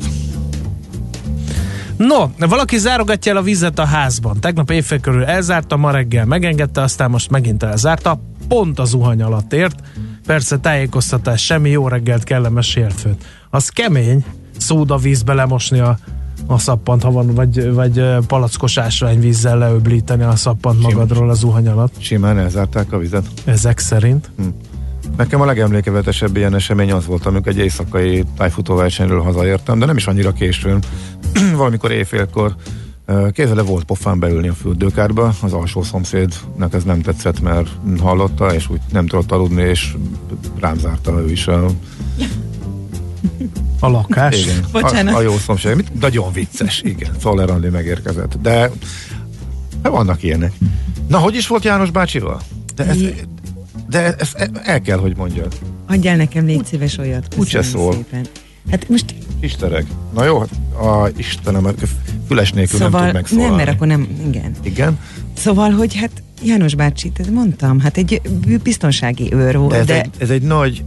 No, valaki zárogatja el a vizet a házban. Tegnap éjfél körül elzárta, ma reggel megengedte, aztán most megint elzárta. Pont az zuhany alatt ért. Persze tájékoztatás, semmi, jó reggelt, kellemes hétfőt. Az kemény szóda vízbe lemosni a szappant, ha van, vagy palackos ásványvízzel leöblíteni a szappant magadról a zuhany alatt. Simán elzárták a vizet? Ezek szerint. Nekem a legemlékezetesebb ilyen esemény az volt, amikor egy éjszakai tájfutóversenyről hazaértem, de nem is annyira későn. Valamikor éjfélkor kézzel volt pofán beülni a fürdőkádba, az alsó szomszédnak ez nem tetszett, mert hallotta, és úgy nem tudott aludni, és rám zárta ő is a lakás. Igen, a jó szomszéd. Nagyon vicces, igen. Szoller Andi megérkezett. De vannak ilyenek. Na, hogy is volt János bácsival? De ezt el kell, hogy mondjad. Adjál nekem, légy szíves olyat. Úgyse szól. Szépen. Hát most... Istereg. Na jó, Istenem, füles nélkül szóval nem tud megszólalni. Nem, mert akkor nem, igen. Igen? Szóval, hogy hát János bácsit, mondtam, hát egy biztonsági őr volt. De ez egy nagy...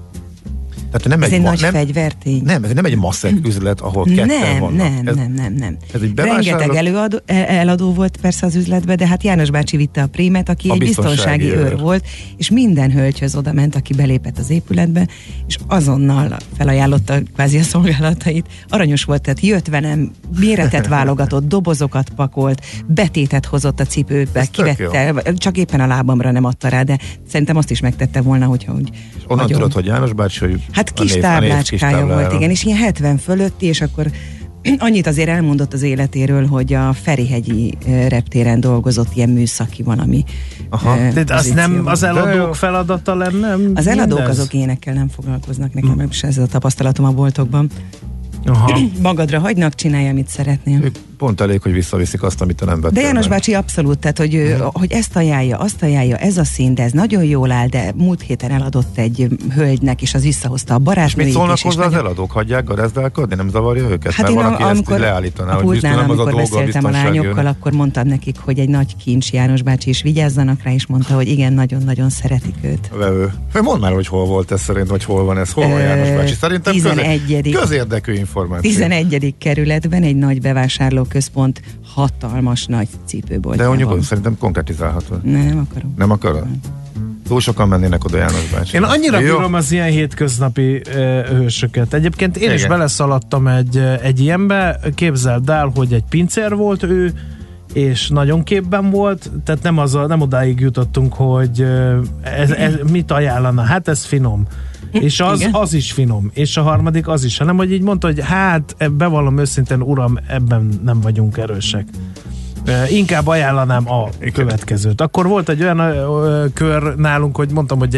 Tehát nem ez egy nagy fegyvertény. Nem, ez nem egy masszeg üzlet, ahol ketten vannak. Nem. Ez egy rengeteg eladó volt persze az üzletben, de hát János bácsi vitte a prémet, aki egy biztonsági őr volt, és minden hölgyhöz oda ment, aki belépett az épületbe, és azonnal felajánlotta kvázi a szolgálatait. Aranyos volt, tehát jött velem, méretet válogatott, dobozokat pakolt, betétet hozott a cipőbe, kivette, csak éppen a lábamra nem adta rá, de szerintem azt is megtette volna, hogyha úgy... És onnan tudod, hogy János bácsi, hogy hát kis táblácskája volt, igen, és ilyen 70 fölötti, és akkor annyit azért elmondott az életéről, hogy a Ferihegyi reptéren dolgozott ilyen műszaki valami. De az nem az eladók feladata lenne? Az eladók azok énekkel nem foglalkoznak, nekem is ez a tapasztalatom a boltokban. Aha. Magadra hagynak, csinálja, amit szeretnél. Ők pont elég, hogy visszaviszik azt, amit te nem vettél. De János bácsi abszolút, tehát hogy ezt ajánlja, azt ajánlja, ez a szín, de ez nagyon jól áll, de múlt héten eladott egy hölgynek, és az visszahozta a barátnőjét. És mit szólnak hozzá az eladók? Hagyják garázdálkodni? Nem zavarja őket? Hát mert én valaki ezt leállítaná, hogy biztos amikor beszéltem a lányokkal, akkor mondtam nekik, hogy egy nagy kincs János bácsi, és vigyázzanak rá, és mondta, hogy igen, nagyon-nagyon szeretik őt. Mondd már, hogy hol volt ez szerint, vagy hol van ez, hol van János bácsi? Szerintem közérdekű információ. 11. kerületben egy nagy bevásárlóközpont, hatalmas nagy cipőboltjában. De mondjuk szerintem konkretizálható. Nem akarom. Nem akarod? Túl sokan mennének oda János bácsi. Én annyira bírom az ilyen hétköznapi hősöket. Egyébként én is beleszaladtam egy ilyenbe, képzeld el, hogy egy pincér volt ő, és nagyon képben volt, tehát nem odáig jutottunk, hogy ez mit ajánlana. Hát ez finom. És az is finom. És a harmadik az is, hanem hogy így mondta, hogy hát bevallom őszintén, uram, ebben nem vagyunk erősek. Inkább ajánlanám a következőt. Akkor volt egy olyan kör nálunk, hogy mondtam, hogy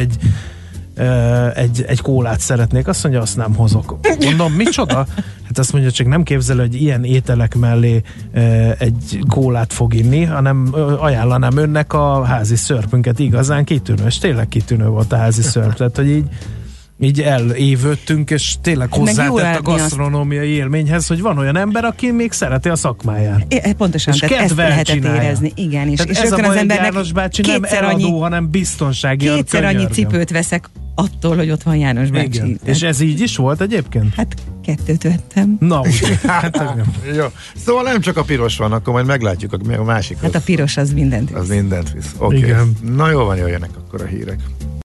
egy kólát szeretnék. Azt mondja, azt nem hozok. Mondom, micsoda? Hát azt mondja, csak nem képzel, hogy ilyen ételek mellé egy kólát fog inni, hanem ajánlanám önnek a házi szörpünket. Igazán kitűnő, és tényleg kitűnő volt a házi szörp. Tehát, hogy így elévődtünk, és tényleg hozzátett a gasztronómiai élményhez, hogy van olyan ember, aki még szereti a szakmáját. Pontosan, és tehát ezt lehetett csinálja. Érezni. Igen, és ez a baj, János bácsi nem eladó, hanem biztonsági. Kétszer annyi cipőt veszek attól, hogy ott van János bácsi. Igen. És ez így is volt egyébként? Hát 2 vettem. Na, úgy. Jó. Szóval nem csak a piros van, akkor majd meglátjuk a másikat. Hát a piros az mindent visz. Az mindent visz. Oké. Na jó van, jöjjenek akkor a hírek.